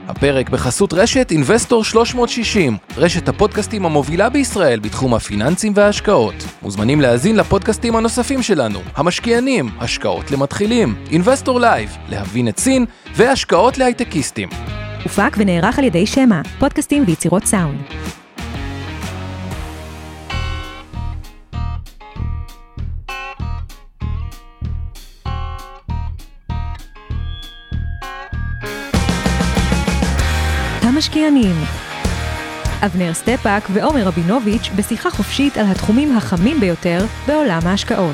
הפרק בחסות רשת אינבסטור 360, רשת הפודקאסטים המובילה בישראל בתחום הפיננסים וההשקעות. מוזמנים להאזין לפודקאסטים הנוספים שלנו, המשקיענים, השקעות למתחילים, אינבסטור לייב, להבין את סין והשקעות להייטקיסטים. הופק ונערך על ידי שמה, פודקאסטים ויצירות סאונד. המשקיענים. אבנר סטפאק ועומר רבינוביץ' בשיחה חופשית על התחומים החמים ביותר בעולם ההשקעות.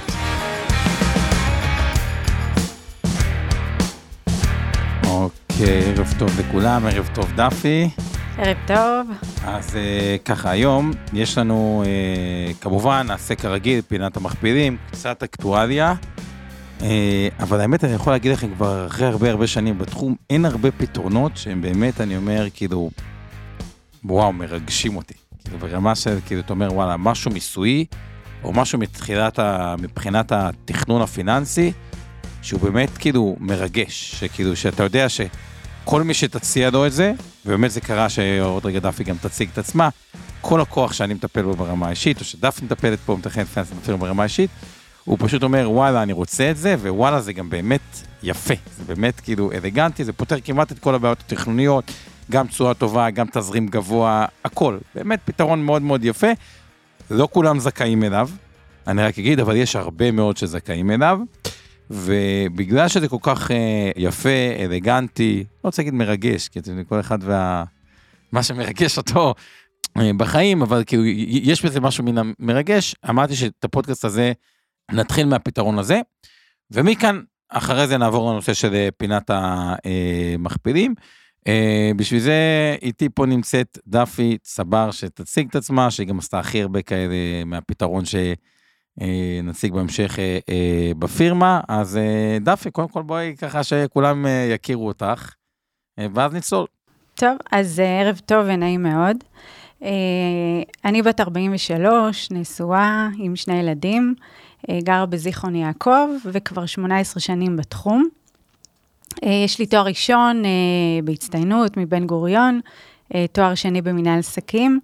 אוקיי, ערב טוב לכולם, ערב טוב דפי. ערב טוב. אז ככה, היום יש לנו כמובן, נעשה כרגיל, פינת המכפילים, קצת אקטואליה, אבל האמת אני יכול להגיד לכם כבר אחרי הרבה שנים בתחום, אין הרבה פתרונות שהם באמת, אני אומר, כאילו, וואו, מרגשים אותי. כאילו, ברמה של, כאילו, אתה אומר, וואלה, משהו מיסוי, או משהו מבחינת התכנון הפיננסי, שהוא באמת, כאילו, מרגש, שכאילו, שאתה יודע שכל מי שתציע לו את זה, ובאמת זה קרה שעוד רגע דפי גם תציג את עצמה, כל הכוח שאני מטפל בו ברמה האישית, או שדפי מטפלת פה, מתכנת פיננסי מטפל ברמה האישית, הוא פשוט אומר, וואלה, אני רוצה את זה, ווואלה, זה גם באמת יפה. זה באמת כאילו אלגנטי, זה פותר כמעט את כל הבעיות התכנוניות, גם צורה טובה, גם תזרים גבוה, הכל. באמת פתרון מאוד מאוד יפה. לא כולם זכאים אליו, אני רק אגיד, אבל יש הרבה מאוד שזכאים אליו, ובגלל שזה כל כך יפה, אלגנטי, לא רוצה להגיד מרגש, כי כל אחד מה שמרגש אותו בחיים, אבל כאילו, יש בזה משהו מן המרגש, אמרתי שאת הפודקאסט הזה, נתחיל מהפתרון הזה, ומכאן, אחרי זה נעבור לנושא של פינת המכפילים. בשביל זה, איתי פה נמצאת דפי צבר, שתציג את עצמה, שהיא גם עשתה הכי הרבה כאלה מהפתרון שנציג בהמשך בפירמה. אז דפי, קודם כל בואי ככה שכולם יכירו אותך, ואז נצלול. טוב, אז ערב טוב ונעים מאוד. אני בת 43, נשואה עם 2 ילדים, גרה בזיכרון יעקב, וכבר 18 שנים בתחום. יש לי תואר ראשון בהצטיינות מבן גוריון, תואר שני במנהל עסקים,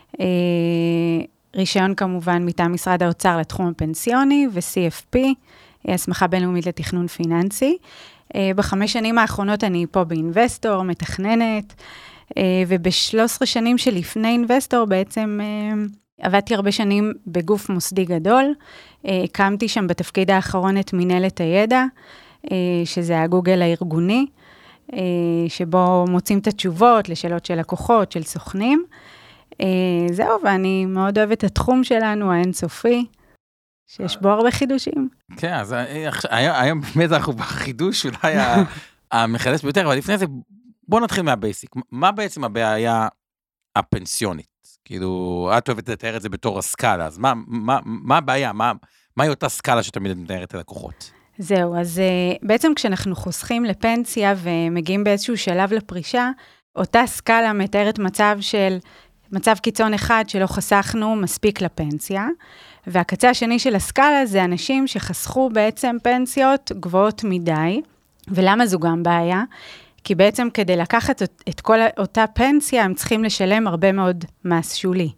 רישיון כמובן מטעם משרד האוצר לתחום הפנסיוני, ו-CFP, הסמכה בינלאומית לתכנון פיננסי. ב5 שנים האחרונות אני פה באינבסטור, מתכננת, וב13 שנים שלפני אינבסטור בעצם עבדתי הרבה שנים בגוף מוסדי גדול, הקמתי שם בתפקיד האחרון את מנהלת הידע, שזה הגוגל הארגוני, שבו מוצאים את התשובות לשאלות של לקוחות, של סוכנים. זהו, ואני מאוד אוהבת את התחום שלנו, האינסופי, שיש בו הרבה חידושים. כן, אז היום באמת אנחנו בחידוש, אולי המחדש ביותר, אבל לפני זה, בואו נתחיל מהבייסיק. מה בעצם הבעיה הפנסיונית? כאילו, את אוהבת לתאר את זה בתור הסקאלה, אז מה הבעיה? מהי אותה סקאלה שתמיד מתארת לקוחות? זהו, אז בעצם כשאנחנו חוסכים לפנסיה ומגיעים באיזשהו שלב לפרישה, אותה סקאלה מתארת מצב קיצון אחד שלא חסכנו מספיק לפנסיה, והקצה השני של הסקאלה זה אנשים שחסכו בעצם פנסיות גבוהות מדי, ולמה זו גם בעיה? כי בעצם כדי לקחת את כל אותה פנסיה, הם צריכים לשלם הרבה מאוד מס שולי.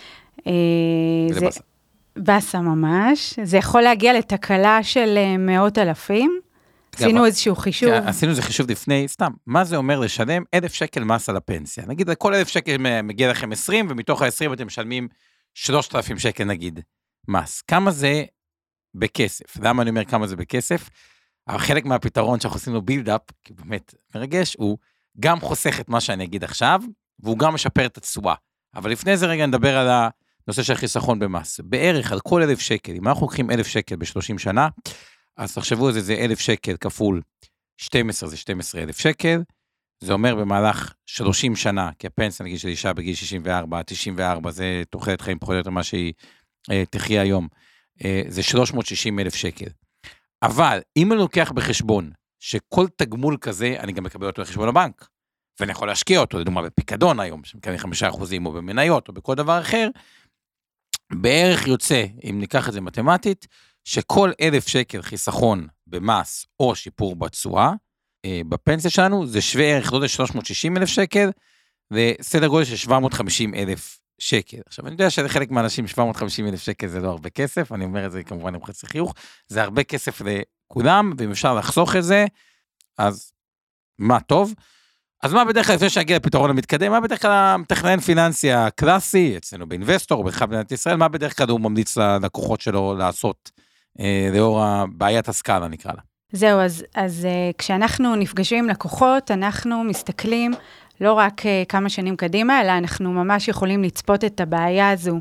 זה בסה ממש. זה יכול להגיע לתקלה של מאות אלפים. עשינו איזשהו חישוב. עשינו איזה חישוב לפני, סתם, מה זה אומר לשלם 1,000 שקל מס על הפנסיה? נגיד, כל 1,000 שקל מגיע לכם 20, ומתוך ה-20 אתם משלמים 3,000 שקל נגיד מס. כמה זה בכסף? למה אני אומר כמה זה בכסף? אבל חלק מהפתרון שאנחנו עושים לו בילדאפ, כי באמת מרגש, הוא גם חוסך את מה שאני אגיד עכשיו, והוא גם משפר את התשואה. אבל לפני זה רגע נדבר על הנושא של חיסכון במס. בערך על כל 1,000 שקל, אם אנחנו לוקחים 1,000 שקל ב-30 שנה, אז תחשבו על זה, זה 1,000 שקל כפול 12, זה 12,000 שקל, זה אומר במהלך 30 שנה, כי הפנסיה נגיד של אישה בגיל 64, 94, זה תוחלת חיים פחות או יותר מה שהיא תחיה היום, זה 360,000 שקל. אבל אם אני לוקח בחשבון שכל תגמול כזה, אני גם מקבל אותו לחשבון הבנק, ואני יכול להשקיע אותו, לדוגמה בפיקדון היום, שמקבל 5% או במניות או בכל דבר אחר, בערך יוצא, אם ניקח את זה מתמטית, שכל 1,000 שקל חיסכון במס או שיפור בתשואה, בפנסיה שלנו, זה שווה ערך גודל 360,000 שקל, וסדר גודל של 750,000 שקל. עכשיו, אני יודע שזה חלק מהאנשים, 750,000 שקל זה לא הרבה כסף, אני אומר את זה כמובן עם חצי חיוך, זה הרבה כסף לכולם, ואם אפשר לחסוך את זה, אז מה טוב? אז מה בדרך כלל, לפני שנגיע לפתרון המתקדם, מה בדרך כלל המתכנן פיננסי הקלאסי, אצלנו באינבסטור, בכלל במדינת ישראל, מה בדרך כלל הוא ממליץ ללקוחות שלו לעשות, לאור בעיית הסקאלה נקרא לה? זהו, אז כשאנחנו נפגשים עם לקוחות, אנחנו מסתכלים לא רק כמה שנים קדימה, אלא אנחנו ממש יכולים לצפות את הבעיה הזו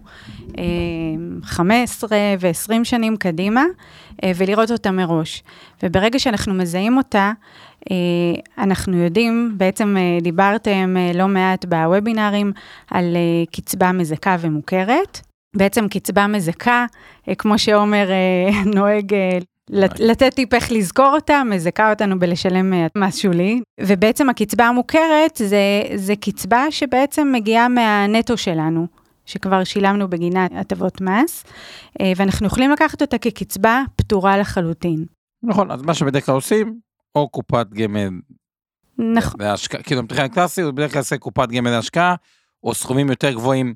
15 ו-20 שנים קדימה, ולראות אותה מראש. וברגע שאנחנו מזהים אותה, אנחנו יודעים, בעצם דיברתם לא מעט בוובינרים, על קצבה מזכה ומוכרת. בעצם קצבה מזכה, כמו שעומר נוהג לתת טיפ איך לזכור אותה, מזכה אותנו בלשלם מס שולי, ובעצם הקצבה המוכרת זה קצבה שבעצם מגיעה מהנטו שלנו, שכבר שילמנו בגינה הטבות מס, ואנחנו יכולים לקחת אותה כקצבה פטורה לחלוטין. נכון, אז מה שבדרך כלל עושים, או קופת גמל, נכון. כאילו המתכנן הקלאסי, הוא בדרך כלל עושה קופת גמל להשקעה, או סכומים יותר גבוהים,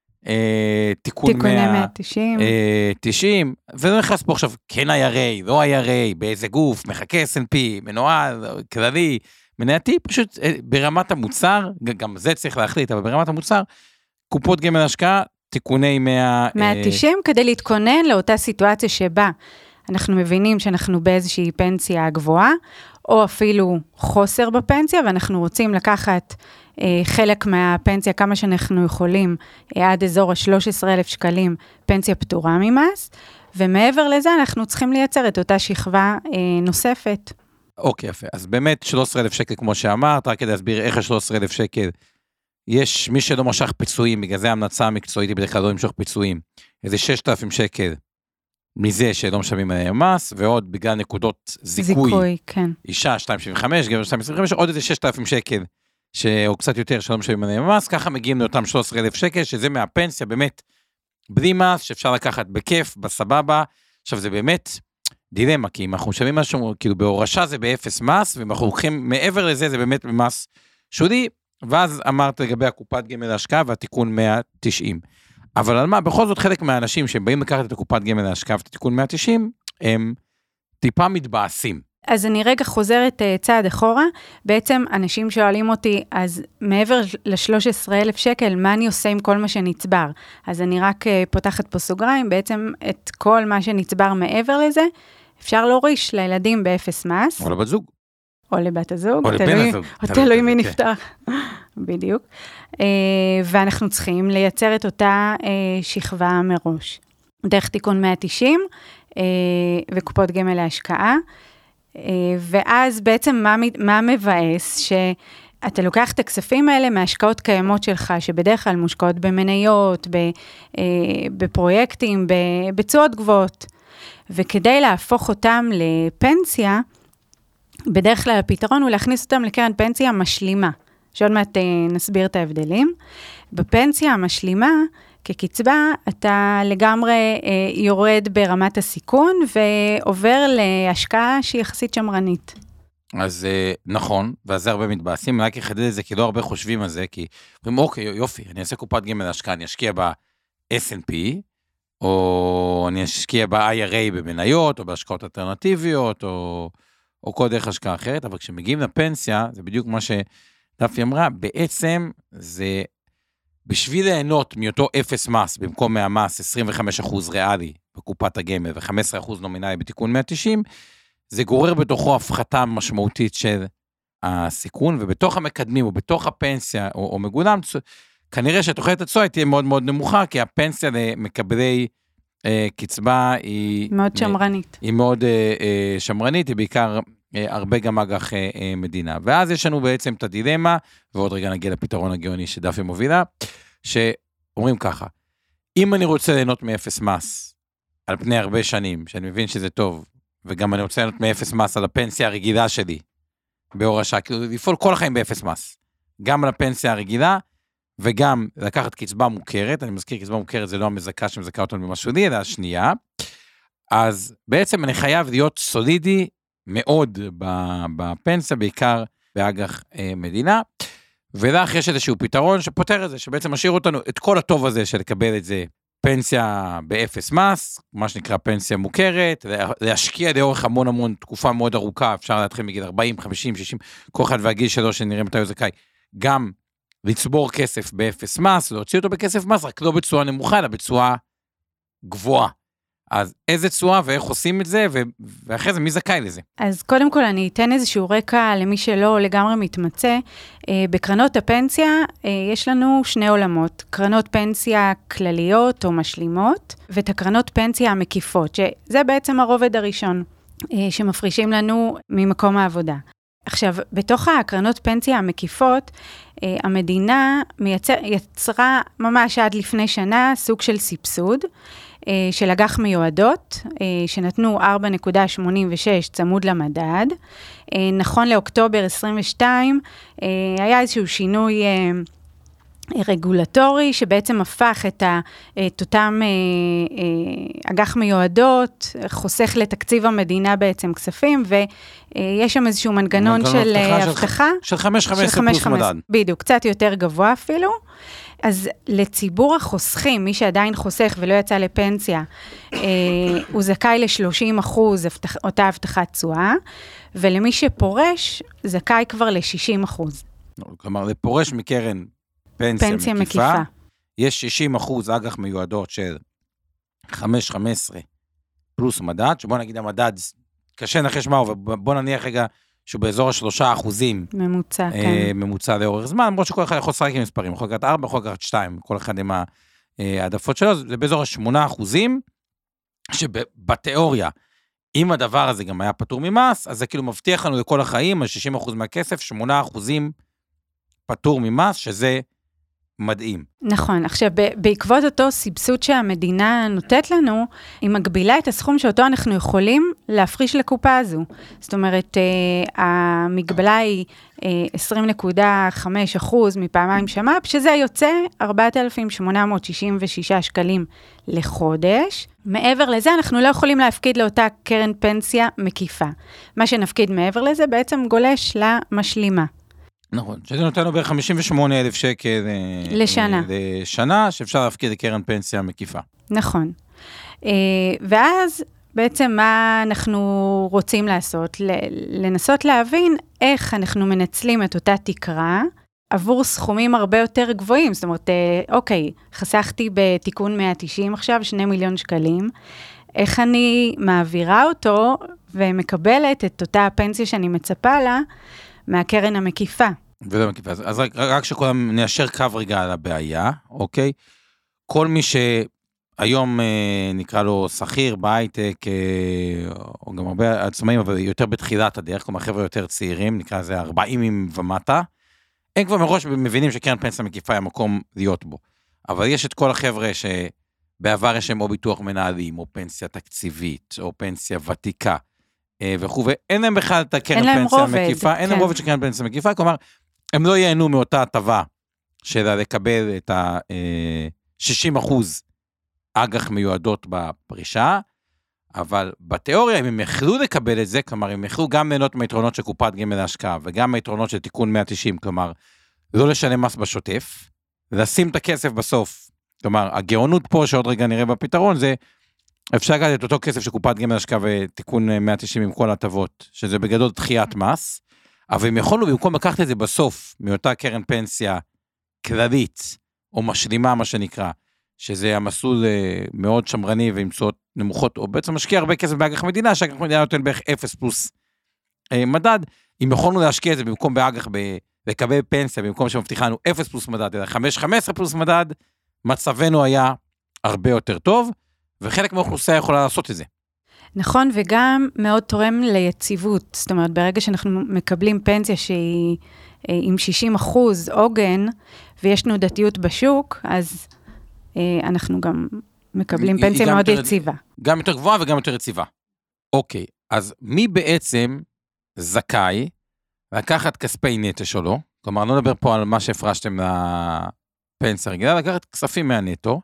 תיקוני 190. 90, וזה נכנס פה עכשיו, כן IRA, לא IRA, באיזה גוף, מחכה S&P, מנוהל, כללי, מנייתי, פשוט ברמת המוצר, גם זה צריך להחליט, אבל ברמת המוצר, קופות גמל השקעה, תיקוני 190, כדי להתכונן לאותה סיטואציה שבה אנחנו מבינים שאנחנו באיזושהי פנסיה גבוהה, או אפילו חוסר בפנסיה, ואנחנו רוצים לקחת חלק מהפנסיה, כמה שאנחנו יכולים, עד אזור ה-13,000 שקלים, פנסיה פטורה ממס, ומעבר לזה אנחנו צריכים לייצר את אותה שכבה נוספת. אוקיי, יפה. אז באמת 13,000 שקל, כמו שאמרת, רק כדי להסביר איך ה-13,000 שקל, יש מי שלא משך פיצויים, בגלל זה ההמלצה המקצועית היא בדרך כלל לא למשוך פיצויים, איזה 6,000 שקל מזה שלא משלמים עליהם מס, ועוד בגלל נקודות זיכוי, כן. אישה 2.75, גבר 2.25, עוד איזה 6,000 שקל, או קצת יותר שלא משלמים עליהם מס, ככה מגיעים לאותם 13,000 שקל, שזה מהפנסיה באמת בלי מס, שאפשר לקחת בכיף, בסבבה. עכשיו זה באמת דילמה, כי אם אנחנו משלמים משהו, כאילו בהורשה זה באפס מס, ואם אנחנו לוקחים מעבר לזה, זה באמת במס שולי, ואז אמרת לגבי הקופת גמל להשקעה, והתיקון 190. אבל על מה, בכל זאת חלק מהאנשים שהם באים לקחת את הקופת גמל להשקעה, ואת התיקון 190, הם טיפה מתבאסים. אז אני רגע חוזרת צעד אחורה, בעצם אנשים שואלים אותי, אז מעבר ל-13,000 שקל, מה אני עושה עם כל מה שנצבר? אז אני רק פותחת פה סוגריים, בעצם את כל מה שנצבר מעבר לזה, אפשר להוריש לילדים באפס מס. או לבת זוג. או לבת הזוג, או לבן הזוג. תלוי מי נפתח. בדיוק. ואנחנו צריכים לייצר את אותה שכבה מראש. דרך תיקון 190, וקופות גמל להשקעה, ואז בעצם מה מבאס? שאתה לוקח את הכספים האלה מהשקעות קיימות שלך, שבדרך כלל מושקעות במניות, בפרויקטים, בצועות גבוהות, וכדי להפוך אותם לפנסיה, בדרך כלל הפתרון הוא להכניס אותם לקרן פנסיה משלימה, שעוד מעט נסביר את ההבדלים. בפנסיה המשלימה, כקצבה, אתה לגמרי יורד ברמת הסיכון, ועובר להשקעה שהיא יחסית שמרנית. אז נכון, וזה הרבה מתבאסים, רק יחדד את זה, כי לא הרבה חושבים על זה, כי אומרים, אוקיי, יופי, אני אעשה קופת גמל להשקעה, אני אשקיע ב-S&P, או אני אשקיע ב-IRA במניות, או בהשקעות אלטרנטיביות, או כל דרך השקעה אחרת, אבל כשמגיעים לפנסיה, זה בדיוק מה שדפי אמרה, בעצם זה בשביל ליהנות מאותו אפס מס, במקום מהמס 25% ריאלי בקופת הגמל, ו15% נומינלי בתיקון 190, זה גורר בתוכו הפחתה משמעותית של הסיכון, ובתוך המקדמים, או בתוך הפנסיה, או מגולם, כנראה שתוחלת התשואה תהיה מאוד מאוד נמוכה, כי הפנסיה למקבלי קצבה היא מאוד שמרנית. היא מאוד שמרנית, היא בעיקר הרבה גם אג"ח מדינה. ואז יש לנו בעצם את הדילמה, ועוד רגע נגיע לפתרון הגאוני שדפי מובילה, שאומרים ככה, אם אני רוצה ליהנות מאפס מס על פני הרבה שנים, שאני מבין שזה טוב, וגם אני רוצה ליהנות מאפס מס על הפנסיה הרגילה שלי, בהורשה, כאילו לפעול כל החיים באפס מס, גם על הפנסיה הרגילה, וגם לקחת קצבה מוכרת, אני מזכיר, קצבה מוכרת זה לא המזכה שמזכה אותנו במשהו לי, אלא השנייה, אז בעצם אני חייב להיות סולידי מאוד בפנסיה, בעיקר באג"ח מדינה, ולך יש איזשהו פתרון שפותר את זה, שבעצם משאיר אותנו את כל הטוב הזה של לקבל את זה, פנסיה באפס מס, מה שנקרא פנסיה מוכרת, להשקיע לאורך המון תקופה מאוד ארוכה, אפשר להתחיל מגיל 40, 50, 60, כל אחד והגיל שלו שנראה מתי הוא זכאי, גם לצבור כסף באפס מס, להוציא אותו בכסף מס, רק לא בצורה נמוכה, אלא בצורה גבוהה. אז איזה צורה ואיך עושים את זה, ואחרי זה מי זכאי לזה? אז קודם כל אני אתן איזשהו רקע למי שלא לגמרי מתמצא. בקרנות הפנסיה יש לנו שני עולמות, קרנות פנסיה כלליות או משלימות, ואת הקרנות פנסיה המקיפות, שזה בעצם הרובד הראשון שמפרישים לנו ממקום העבודה. עכשיו, בתוך הקרנות פנסיה המקיפות, המדינה יצרה ממש עד לפני שנה סוג של סבסוד, של אג"ח מיועדות, שנתנו 4.86 צמוד למדד. נכון לאוקטובר 22, היה איזשהו שינוי רגולטורי, שבעצם הפך את אותם אג"ח מיועדות, חוסך לתקציב המדינה בעצם כספים, ויש שם איזשהו מנגנון של הבטחה. של 5.15 פלוס מדד. בדיוק, קצת יותר גבוה אפילו. אז לציבור החוסכים, מי שעדיין חוסך ולא יצא לפנסיה, הוא זכאי ל-30% אותה הבטחת תשואה, ולמי שפורש, זכאי כבר ל-60%. כלומר, לפורש מקרן פנסיה מקיפה, יש 60% אג"ח מיועדות של 5.15 פלוס מדד, שבוא נגיד המדד, קשה נחש מהו, ובוא נניח רגע, שהוא באזור 3%. ממוצע, כן. ממוצע לאורך זמן, למרות שכל אחד יכול לשחק עם מספרים, יכול לקחת 4, יכול לקחת 2, כל אחד עם העדפות שלו, זה באזור 8%, שבתיאוריה, אם הדבר הזה גם היה פטור ממס, אז זה כאילו מבטיח לנו לכל החיים, על 60% מהכסף, 8% פטור ממס, שזה מדהים. נכון, עכשיו בעקבות אותו סבסוד שהמדינה נותנת לנו, היא מגבילה את הסכום שאותו אנחנו יכולים להפריש לקופה הזו. זאת אומרת, המגבלה היא 20.5% מפעמיים שמ"פ, שזה יוצא 4,866 שקלים לחודש. מעבר לזה, אנחנו לא יכולים להפקיד לאותה קרן פנסיה מקיפה. מה שנפקיד מעבר לזה בעצם גולש למשלימה. נכון, שזה נותן לו בערך 58,000 שקל לשנה, שאפשר להפקיד לקרן פנסיה מקיפה. נכון. ואז בעצם מה אנחנו רוצים לעשות? לנסות להבין איך אנחנו מנצלים את אותה תקרה, עבור סכומים הרבה יותר גבוהים. זאת אומרת, אוקיי, חסכתי בתיקון 190 עכשיו, 2 מיליון שקלים, איך אני מעבירה אותו ומקבלת את אותה הפנסיה שאני מצפה לה, מהקרן המקיפה. ולא מקיפה, אז רק שכולם ניישר קו רגע על הבעיה, אוקיי? כל מי שהיום נקרא לו שכיר בהייטק, או גם הרבה עצמאים, אבל יותר בתחילת הדרך, כלומר חבר'ה יותר צעירים, נקרא לזה 40 ומטה, הם כבר מראש מבינים שקרן פנסיה מקיפה היא המקום להיות בו. אבל יש את כל החבר'ה שבעבר יש להם או ביטוח מנהלים, או פנסיה תקציבית, או פנסיה ותיקה, וכו', ואין להם בכלל את הקרן פנסיה מקיפה, אין להם רובד של קרן פנסיה מקיפה, כלומר, הם לא ייהנו מאותה הטבה של לקבל את ה-60% אג"ח מיועדות בפרישה, אבל בתיאוריה, אם הם יכלו לקבל את זה, כלומר, הם יכלו גם ליהנות מהיתרונות של קופת גמל להשקעה, וגם מהיתרונות של תיקון 190, כלומר, לא לשלם מס בשוטף, לשים את הכסף בסוף, כלומר, הגאונות פה, שעוד רגע נראה בפתרון, זה אפשר לקחת את אותו כסף של קופת גמל להשקעה ותיקון 190 עם כל הטבות, שזה בגדול דחיית מס, אבל הם יכולנו במקום לקחת את זה בסוף, מאותה קרן פנסיה כללית, או משלימה מה שנקרא, שזה המסלול מאוד שמרני ועמצאות נמוכות, או בעצם משקיע הרבה כסף באג"ח מדינה, שאג"ח מדינה נותן בערך 0 פלוס מדד, אם יכולנו להשקיע את זה במקום באג"ח, לקבל פנסיה, במקום שמבטיחה לנו 0 פלוס מדד, אלא 5.15 פלוס מדד, מצבנו היה הרבה יותר טוב, וחלק מהאוכלוסייה יכולה לעשות את זה. נכון, וגם מאוד תורם ליציבות. זאת אומרת, ברגע שאנחנו מקבלים פנסיה שהיא עם 60% עוגן, ויש תנודתיות בשוק, אז אנחנו גם מקבלים פנסיה מאוד יציבה. גם יותר גבוהה וגם יותר יציבה. אוקיי, אז מי בעצם זכאי לקחת כספי נטו שלו? כלומר, לא נדבר פה על מה שהפרשתם לפנסיה רגילה, לקחת כספים מהנטו,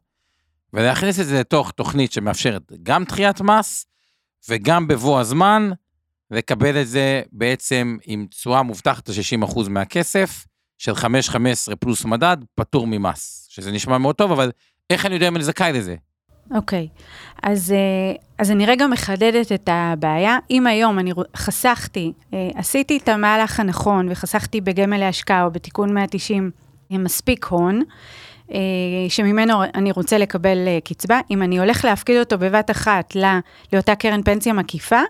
ולהכניס את זה לתוך תוכנית שמאפשרת גם דחיית מס, וגם בבוא הזמן, לקבל את זה בעצם עם תשואה מובטחת ל-60% מהכסף, של 5-15 פלוס מדד, פטור ממס, שזה נשמע מאוד טוב, אבל איך אני יודע אם אני זכאי לזה? אוקיי, אז אני רגע מחדדת את הבעיה. אם היום אני חסכתי, עשיתי את המהלך הנכון, וחסכתי בגמל להשקעה או בתיקון 190 מספיק הון, שממנו אני רוצה לקבל קצבה, אם אני הולך להפקיד אותו בבת אחת לאותה קרן פנסיה מקיפה,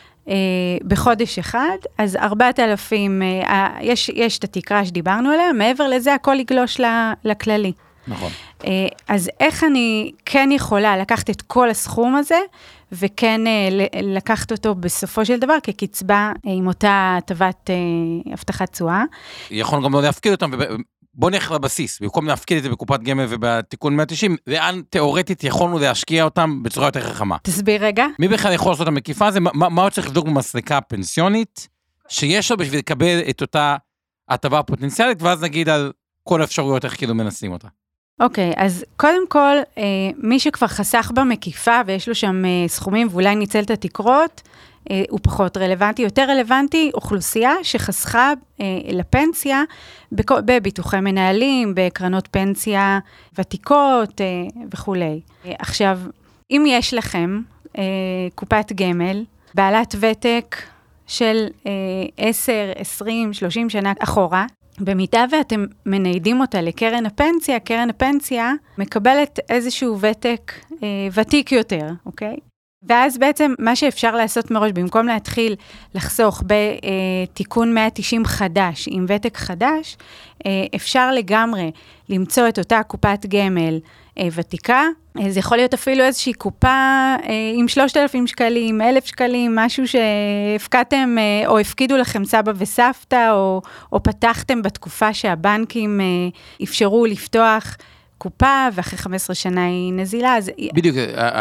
בחודש אחד, אז 4,000, יש את התקרה שדיברנו עליה, מעבר לזה הכל יגלוש לכללי. נכון. אז איך אני כן יכולה לקחת את כל הסכום הזה, וכן לקחת אותו בסופו של דבר כקצבה עם אותה הטבת הבטחת תשואה. יכול גם לא להפקיד אותם, בוא נלך לבסיס, במקום להפקיד את זה בקופת גמל ובתיקון 190, לאן תיאורטית יכולנו להשקיע אותם בצורה יותר חכמה. תסביר רגע. מי בכלל יכול לעשות את המקיפה הזה? מה הוא צריך לבדוק במסלקה הפנסיונית, שיש לו בשביל לקבל את אותה הטבה הפוטנציאלית, ואז נגיד על כל האפשרויות איך כאילו מנסים אותה. אוקיי, אז קודם כל, מי שכבר חסך במקיפה, ויש לו שם סכומים, ואולי ניצל את התקרות, הוא פחות רלוונטי, יותר רלוונטי, אוכלוסייה שחסכה לפנסיה, בביטוחי מנהלים, בקרנות פנסיה ותיקות וכו'. עכשיו, אם יש לכם קופת גמל, בעלת ותק של 10, 20, 30 שנה אחורה, במידה ואתם מניידים אותה לקרן הפנסיה, קרן הפנסיה מקבלת איזשהו ותק ותיק יותר, אוקיי? ואז בעצם מה שאפשר לעשות מראש, במקום להתחיל לחסוך בתיקון 190 חדש, עם ותק חדש, אפשר לגמרי למצוא את אותה קופת גמל ותיקה. זה יכול להיות אפילו איזושהי קופה עם 3,000 שקלים, 1,000 שקלים, משהו שהפקדתם או הפקידו לכם סבא וסבתא, או פתחתם בתקופה שהבנקים אפשרו לפתוח קופה, ואחרי 15 שנה היא נזילה. בדיוק,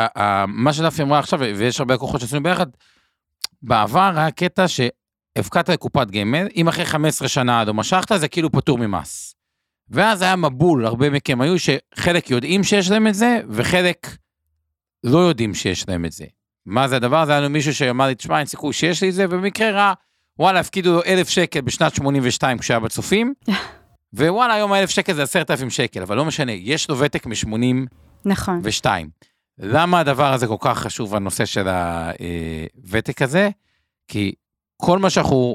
מה שדפי אמרה עכשיו, ויש הרבה לקוחות שעשינו ביחד, בעבר היה קטע שהפקדת לקופת גמל, אם אחרי 15 שנה לא משכת, זה כאילו פטור ממס. ואז היה מבול, הרבה מכם היו שחלק יודעים שיש להם את זה, וחלק לא יודעים שיש להם את זה. מה זה הדבר? זה היה לנו מישהו שאמר לי, תשמע, אין סיכוי שיש לי את זה, ובמקרה רע, וואלה, הפקידו לו 1,000 שקל בשנת 82 כשהיה בצופים, ווואלה, היום 1,000 שקל זה 10,000 שקל, אבל לא משנה, יש לו ותק מ-82. נכון. למה הדבר הזה כל כך חשוב, הנושא של הוותק הזה? כי כל מה שאנחנו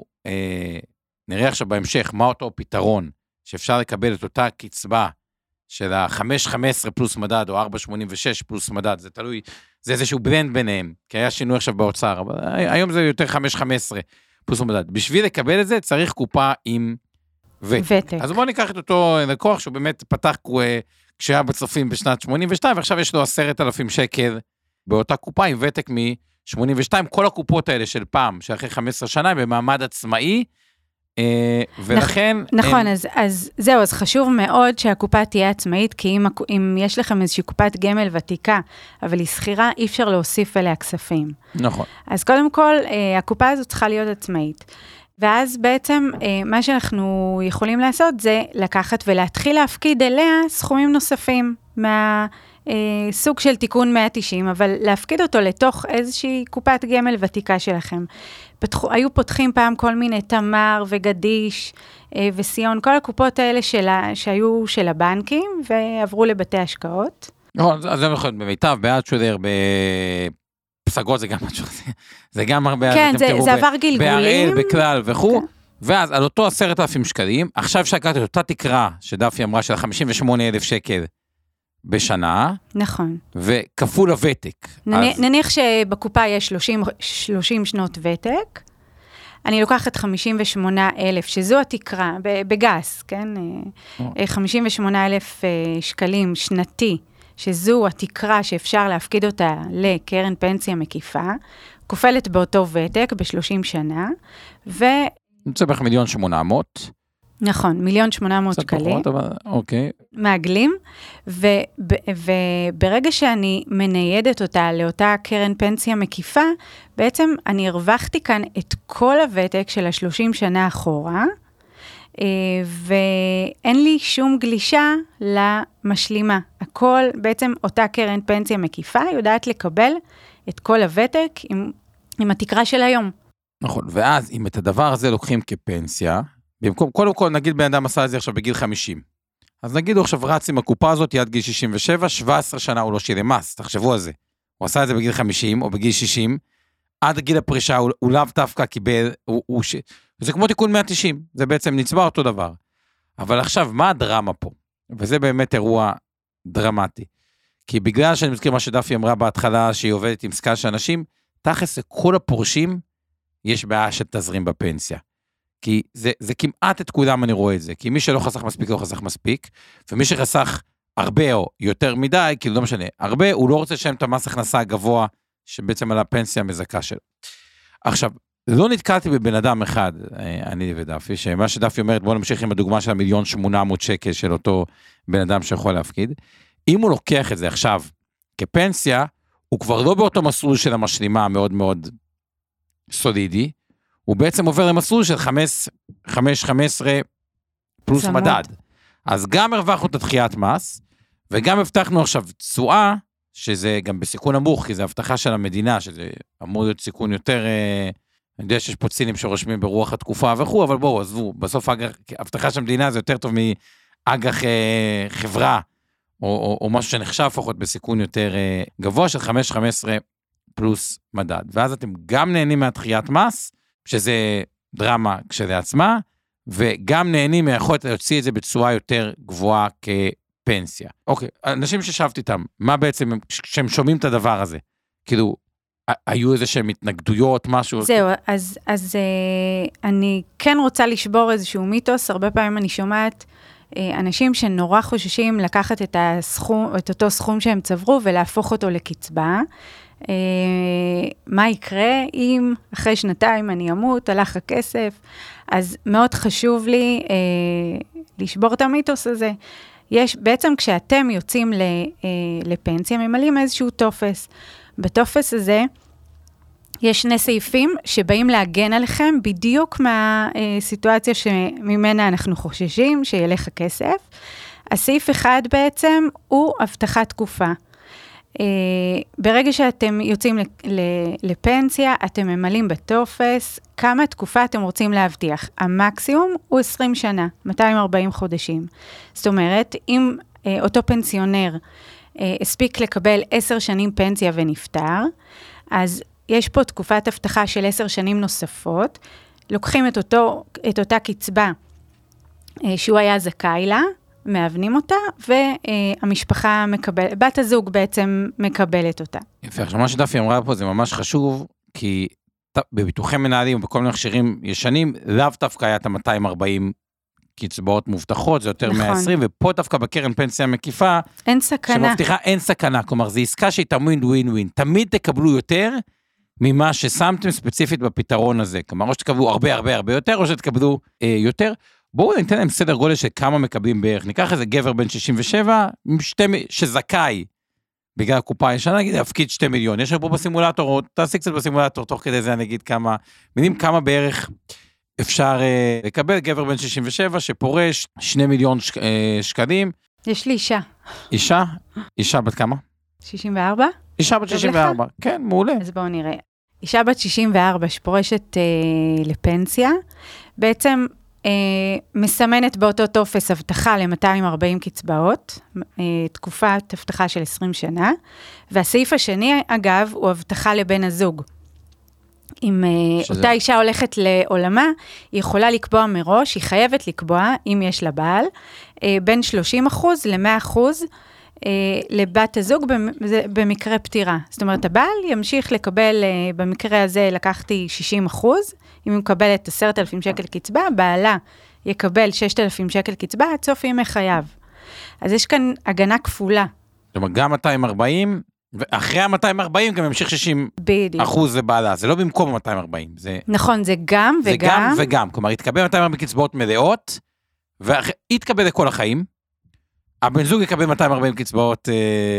נראה עכשיו בהמשך, מה אותו פתרון, שאפשר לקבל את אותה קצבה של ה-5.15 פלוס מדד, או 4.86 פלוס מדד, זה תלוי, זה איזשהו ברנד ביניהם, כי היה שינוי עכשיו באוצר, אבל היום זה יותר 5.15 פלוס מדד. בשביל לקבל את זה, צריך קופה עם ותק. אז בואו ניקח את אותו לקוח, שהוא באמת פתח כשהיה בצופים בשנת 82, ועכשיו יש לו 10,000 שקל באותה קופה עם ותק מ-82, כל הקופות האלה של פעם, שאחרי 15 שנה, במעמד עצמאי, ולכן... נכון, אז זהו, אז חשוב מאוד שהקופה תהיה עצמאית, כי אם יש לכם איזושהי קופת גמל ותיקה, אבל היא סחירה, אי אפשר להוסיף אליה כספים. נכון. אז קודם כל, הקופה הזאת צריכה להיות עצמאית. ואז בעצם מה שאנחנו יכולים לעשות זה לקחת ולהתחיל להפקיד אליה סכומים נוספים מהסוג של תיקון 190, אבל להפקיד אותו לתוך איזושהי קופת גמל ותיקה שלכם. היו פותחים פעם כל מיני תמר וגדיש וסיון, כל הקופות האלה שהיו של הבנקים ועברו לבתי השקעות. נכון, אז זה יכול להיות במיטב, באלטשולר, פסגות זה גם משהו, זה גם הרבה, כן, זה עבר גלגולים. בהראל, בכלל וכו', ואז על אותו 10,000 שקלים, עכשיו אפשר לקחת את אותה תקרה, שדפי אמרה של 58,000 שקל בשנה, נכון. וכפול הוותק. נניח שבקופה יש 30 שנות ותק, אני לוקחת 58,000, שזו התקרה, בגס, כן? 58,000 שקלים שנתי, שזו התקרה שאפשר להפקיד אותה לקרן פנסיה מקיפה, כופלת באותו ותק ב-30 שנה, נמצא בערך 1,800,000. נכון, 1,800,000 שקלים. אוקיי. מעגלים, וברגע שאני מניידת אותה לאותה קרן פנסיה מקיפה, בעצם אני הרווחתי כאן את כל הוותק של 30 שנה אחורה, ואין לי שום גלישה למשלימה. הכל, בעצם אותה קרן פנסיה מקיפה, יודעת לקבל את כל הוותק עם התקרה של היום. נכון, ואז אם את הדבר הזה לוקחים כפנסיה, במקום, קודם כל נגיד בן אדם עשה את זה עכשיו בגיל 50, אז נגיד הוא עכשיו רץ עם הקופה הזאת עד גיל 67, 17 שנה הוא לא שילם מס, תחשבו על זה. הוא עשה את זה בגיל 50 או בגיל 60, עד גיל הפרישה הוא לאו דווקא קיבל, זה כמו תיקון 190, זה בעצם נצבע אותו דבר. אבל עכשיו, מה הדרמה פה? וזה באמת אירוע דרמטי. כי בגלל שאני מזכיר מה שדפי אמרה בהתחלה, שהיא עובדת עם סקל של אנשים, תכלס לכל הפורשים, יש בעיה של תזרים בפנסיה. כי זה כמעט את כולם אני רואה את זה, כי מי שלא חסך מספיק, לא חסך מספיק, ומי שחסך הרבה או יותר מדי, כאילו לא משנה, הרבה, הוא לא רוצה לשלם את המס הכנסה הגבוה, שבעצם על הפנסיה המזכה שלו. עכשיו, לא נתקלתי בבן אדם אחד, אני ודפי, שמה שדפי אומרת, בואו נמשיך עם הדוגמה של 1,800,000 שקל של אותו בן אדם שיכול להפקיד, אם הוא לוקח את זה עכשיו כפנסיה, הוא כבר לא באותו מסלול של המשלימה המאוד מאוד סולידי, הוא בעצם עובר למסלול של 15 פלוס מדד. אז גם הרווחנו את הדחיית מס, וגם הבטחנו עכשיו תשואה, שזה גם בסיכון נמוך, כי זה הבטחה של המדינה, שזה אמור להיות סיכון יותר, אני יודע שיש פה צינים שרושמים ברוח התקופה וכו', אבל בואו, עזבו, בסוף הבטחה של המדינה זה יותר טוב מאג"ח חברה, או משהו שנחשב לפחות בסיכון יותר גבוה של 15 פלוס מדד. ואז אתם גם נהנים מהדחיית מס, שזה דרמה כשלעצמה, וגם נהנים מהיכולת להוציא את זה בצורה יותר גבוהה כפנסיה. אוקיי, אנשים ששבתי איתם, מה בעצם, כשהם שומעים את הדבר הזה? כאילו, היו איזה שהם התנגדויות, משהו? זהו, אז אני כן רוצה לשבור איזשהו מיתוס, הרבה פעמים אני שומעת אנשים שנורא חוששים לקחת את אותו סכום שהם צברו ולהפוך אותו לקצבה. מה יקרה אם אחרי שנתיים אני אמות, הלך הכסף? אז מאוד חשוב לי לשבור את המיתוס הזה. בעצם כשאתם יוצאים לפנסיה, ממלאים איזשהו טופס. בטופס הזה יש שני סעיפים שבאים להגן עליכם בדיוק מהסיטואציה שממנה אנחנו חוששים שילך הכסף. הסעיף אחד בעצם הוא הבטחת תקופה. ברגע שאתם יוצאים לפנסיה, אתם ממלאים בטופס, כמה תקופה אתם רוצים להבטיח. המקסימום הוא 20 שנה, 240 חודשים. זאת אומרת, אם אותו פנסיונר הספיק לקבל 10 שנים פנסיה ונפטר, אז יש פה תקופת הבטחה של 10 שנים נוספות, לוקחים את אותה קצבה שהוא היה זכאי לה, מאבנים אותה, והמשפחה מקבלת, בת הזוג בעצם מקבלת אותה. יפה, עכשיו מה שדפי אמרה פה זה ממש חשוב, כי בביטוחי מנהלים ובכל מיני מכשירים ישנים, לאו דווקא היה את ה-240 קצבאות מובטחות, זה יותר 120, ופה דווקא בקרן פנסיה מקיפה, אין סכנה. שמבטיחה אין סכנה, כלומר, זו עסקה שהיא תמיד ווין-ווין, תמיד תקבלו יותר ממה ששמתם ספציפית בפתרון הזה, כלומר, או שתקבלו הרבה יותר, או שתקבלו יותר. בואו ניתן להם סדר גודל של כמה מקבלים בערך, ניקח איזה גבר בן 67, שזכאי, בגלל הקופה הישנה, נגיד, להפקיד 2 מיליון, יש פה בסימולטור, או תעשי קצת בסימולטור, תוך כדי זה נגיד כמה בערך אפשר לקבל, גבר בן 67, שפורש 2 מיליון שקלים. יש לי אישה. אישה? אישה בת כמה? 64? אישה בת 64, כן, מעולה. אז בואו נראה. אישה בת 64 שפורשת לפנסיה, בעצם מסמנת באותו טופס הבטחה ל-240 קצבאות, תקופת הבטחה של 20 שנה, והסעיף השני, אגב, הוא הבטחה לבן הזוג. אם אותה אישה הולכת לעולמה, היא יכולה לקבוע מראש, היא חייבת לקבוע, אם יש לה בעל, בין 30% ל-100% לבת הזוג במקרה פטירה. זאת אומרת, הבעל ימשיך לקבל, במקרה הזה לקחתי 60%, אם היא מקבלת 10,000 שקל קצבה, בעלה יקבל 6,000 שקל קצבה, עד סוף ימי חייו. אז יש כאן הגנה כפולה. זאת אומרת, גם 240, ואחרי ה-240 גם ימשיך 60% לבעלה, זה לא במקום ה-240. נכון, זה גם וגם. זה גם וגם, כלומר, יתקבל 240 קצבאות מלאות, ויתקבל לכל החיים, הבן זוג יקבל 240 קצבאות,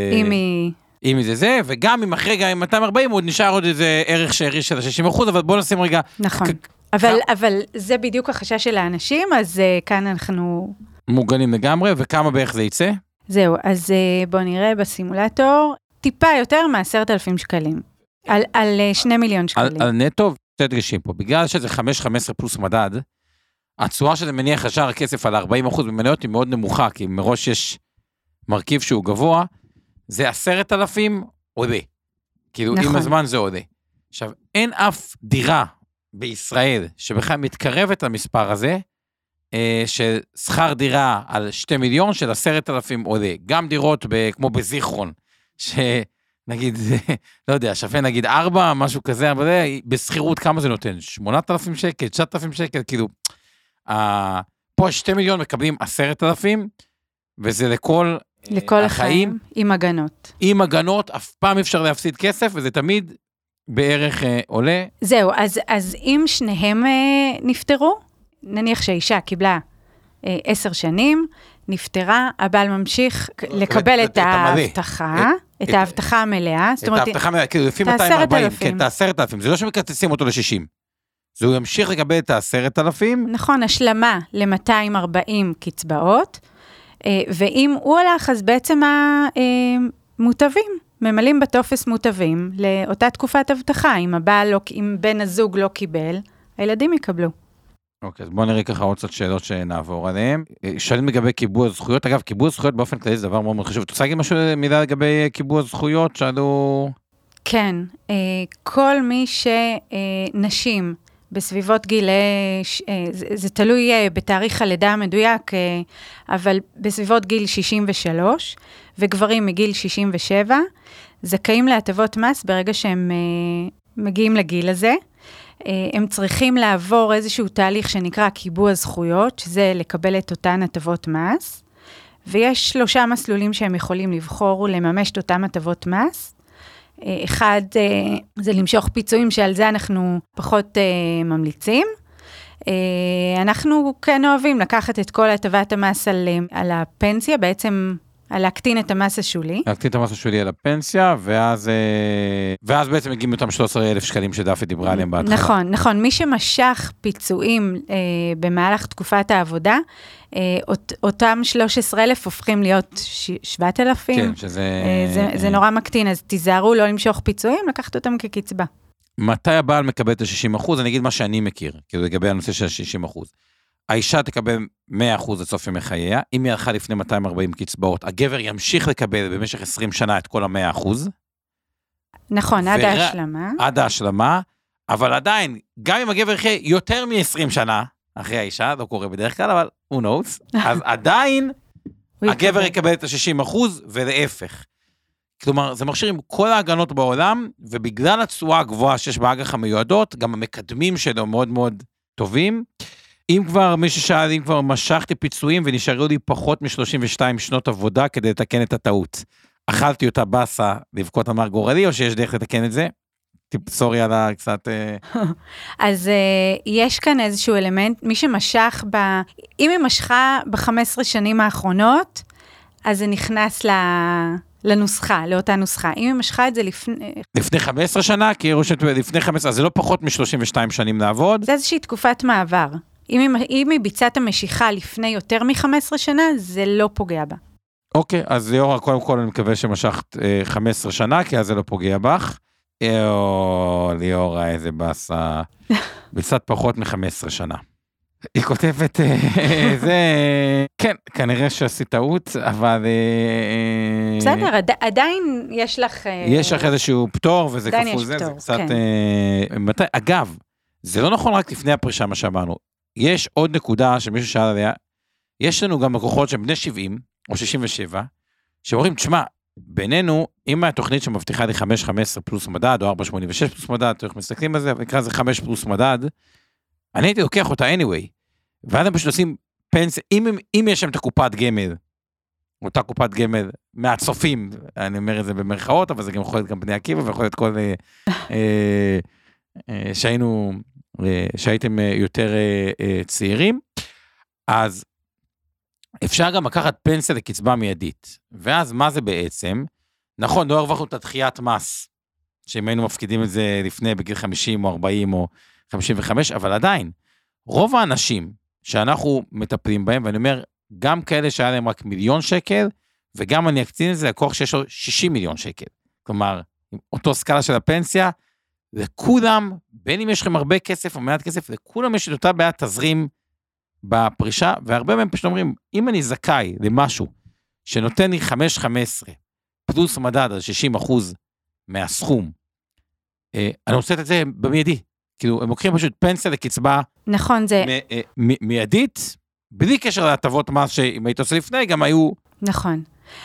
אם זה, וגם אם אחרי גם 240, עוד נשאר עוד איזה ערך שערי של 60%, אבל בוא נשים רגע. נכון, אבל זה בדיוק החשש של האנשים, אז כאן אנחנו מוגנים לגמרי, וכמה בערך זה יצא? זהו, אז בוא נראה בסימולטור, טיפה יותר מ10,000 שקלים, על 2 מיליון שקלים. על נטו? שתי דגשים פה, בגלל שזה 5-15 פלוס מדד, התשואה שזה מניח ישר הכסף על 40% במניות היא מאוד נמוכה, כי מראש יש מרכיב שהוא גבוה, זה 10,000 עולה. כאילו, נכון. עם הזמן זה עולה. עכשיו, אין אף דירה בישראל שבכלל מתקרבת למספר הזה, ששכר דירה על 2 מיליון של 10,000 עולה. גם דירות כמו בזיכרון, שנגיד, לא יודע, שווה נגיד 4, משהו כזה, אבל בסחירות כמה זה נותן? 8,000 שקל, 9,000 שקל, כאילו, פה 2 מיליון מקבלים 10,000, וזה לכל החיים. עם הגנות. עם הגנות, אף פעם אפשר להפסיד כסף, וזה תמיד בערך עולה. זהו, אז אם שניהם נפטרו, נניח שהאישה קיבלה 10 שנים, נפטרה, הבעל ממשיך לקבל את ההבטחה, את ההבטחה המלאה, את ההבטחה המלאה, כאילו לפי 240, כן, את 10,000, זה לא שמקצצים אותו ל-60, זה הוא ימשיך לקבל את 10,000. נכון, השלמה ל-240 קצבאות, ואם הוא הלך, אז בעצם המוטבים, ממלאים בטופס מוטבים, לאותה תקופת הבטחה, אם בן הזוג לא קיבל, הילדים יקבלו. אוקיי, אז בואו נראה ככה עוד קצת שאלות שנעבור עליהן. שואלים לגבי קיבוע זכויות, אגב, קיבוע זכויות באופן כללי זה דבר מאוד מאוד חשוב. אתה רוצה להגיד משהו מילה לגבי קיבוע זכויות? שאלו... כן, כל מי שנשים בסביבות גיל, זה תלוי בתאריך הלידה המדויק, אבל בסביבות גיל 63, וגברים מגיל 67, זכאים להטבות מס ברגע שהם מגיעים לגיל הזה. הם צריכים לעבור איזשהו תהליך שנקרא קיבוע זכויות, שזה לקבל את אותן הטבות מס, ויש 3 מסלולים שהם יכולים לבחור ולממש את אותן הטבות מס. אחד זה למשוך פיצויים, שעל זה אנחנו פחות ממליצים. אנחנו כן אוהבים לקחת את כל הטבת המס על הפנסיה, בעצם על להקטין את המס השולי. להקטין את המס השולי על הפנסיה, ואז בעצם מגיעים אותם 13,000 שקלים שדפי דיברה עליהם בהתחלה. נכון, נכון. מי שמשך פיצויים במהלך תקופת העבודה, אותם 13,000 הופכים להיות 7,000. כן, שזה... זה נורא מקטין, אז תיזהרו לא למשוך פיצויים, לקחת אותם כקצבה. מתי הבעל מקבל את ה-60%? אני אגיד מה שאני מכיר, כאילו לגבי הנושא של ה-60%. האישה תקבל 100% עד סוף ימי חייה, אם היא הלכה לפני 240 קצבאות, הגבר ימשיך לקבל במשך 20 שנה את כל ה-100%. נכון, עד ההשלמה. עד ההשלמה, אבל עדיין, גם אם הגבר יחיה יותר מ-20 שנה, אחרי האישה, לא קורה בדרך כלל, אבל who knows, אז עדיין הגבר יקבל את ה-60% ולהפך. כלומר, זה מכשיר עם כל ההגנות בעולם, ובגלל התשואה הגבוהה שיש באג"ח המיועדות, גם המקדמים שלו מאוד מאוד טובים. אם כבר, מי ששאל, אם כבר משכתי פיצויים ונשארו לי פחות מ-32 שנות עבודה כדי לתקן את הטעות. אכלתי אותה בסה לבכות אמר גורלי, או שיש דרך לתקן את זה? סורי על קצת... אז יש כאן איזשהו אלמנט, מי שמשך אם היא משכה ב-15 שנים האחרונות, אז זה נכנס לנוסחה, לאותה נוסחה. אם היא משכה את זה לפני 15 שנה, כי לפני 15, אז זה לא פחות מ-32 שנים לעבוד. זה איזושהי תקופת מעבר. אם היא ביצעה את המשיכה לפני יותר מ-15 שנה, זה לא פוגע בה. אוקיי, אז ליאורה, קודם כל אני מקווה שמשכת 15 שנה, כי אז זה לא פוגע בך. ליאורה, איזה בסה. ביצעת פחות מ-15 שנה. היא כותבת, זה, כן, כנראה שעשית טעות, אבל... בסדר, עדיין יש לך... יש לך איזשהו פטור, וזה כפול זה, זה קצת... אגב, זה לא נכון רק לפני הפרישה, מה שאמרנו. יש עוד נקודה שמישהו שאל עליה, יש לנו גם לקוחות שהם בני 70, או 67, שאומרים, תשמע, בינינו, אם התוכנית שמבטיחה לי 5.15 פלוס מדד, או 4.86 פלוס מדד, אנחנו מסתכלים על זה, ונקרא זה 5 פלוס מדד, אני הייתי לוקח אותה anyway, ואז הם פשוט עושים פנסיה, אם יש שם את הקופת גמל, אותה קופת גמל מהצופים, אני אומר את זה במרכאות, אבל זה גם יכול להיות גם בני עקיבא, ויכול להיות כל... שהייתם יותר צעירים, אז אפשר גם לקחת פנסיה לקצבה מיידית, ואז מה זה בעצם? נכון, לא הרווחנו את הדחיית מס, שאם היינו מפקידים את זה לפני בגיל 50 או 40 או 55, אבל עדיין, רוב האנשים שאנחנו מטפלים בהם, ואני אומר, גם כאלה שהיה להם רק 1,000,000 שקל, וגם אני אקצין את זה לקוח שיש לו 60 מיליון שקל. כלומר, אותו סקאלה של הפנסיה, לכולם, בין אם יש לכם הרבה כסף או מעט כסף, לכולם יש את אותה בעיה תזרים בפרישה, והרבה מהם פשוט אומרים, אם אני זכאי למשהו שנותן לי 5-15 פלוס מדד על 60% מהסכום, אני רוצה את זה במיידי. כאילו, הם לוקחים פשוט פנסיה לקצבה נכון, זה... מיידית, בלי קשר להטבות מס שאם היית עושה לפני, גם היו... נכון.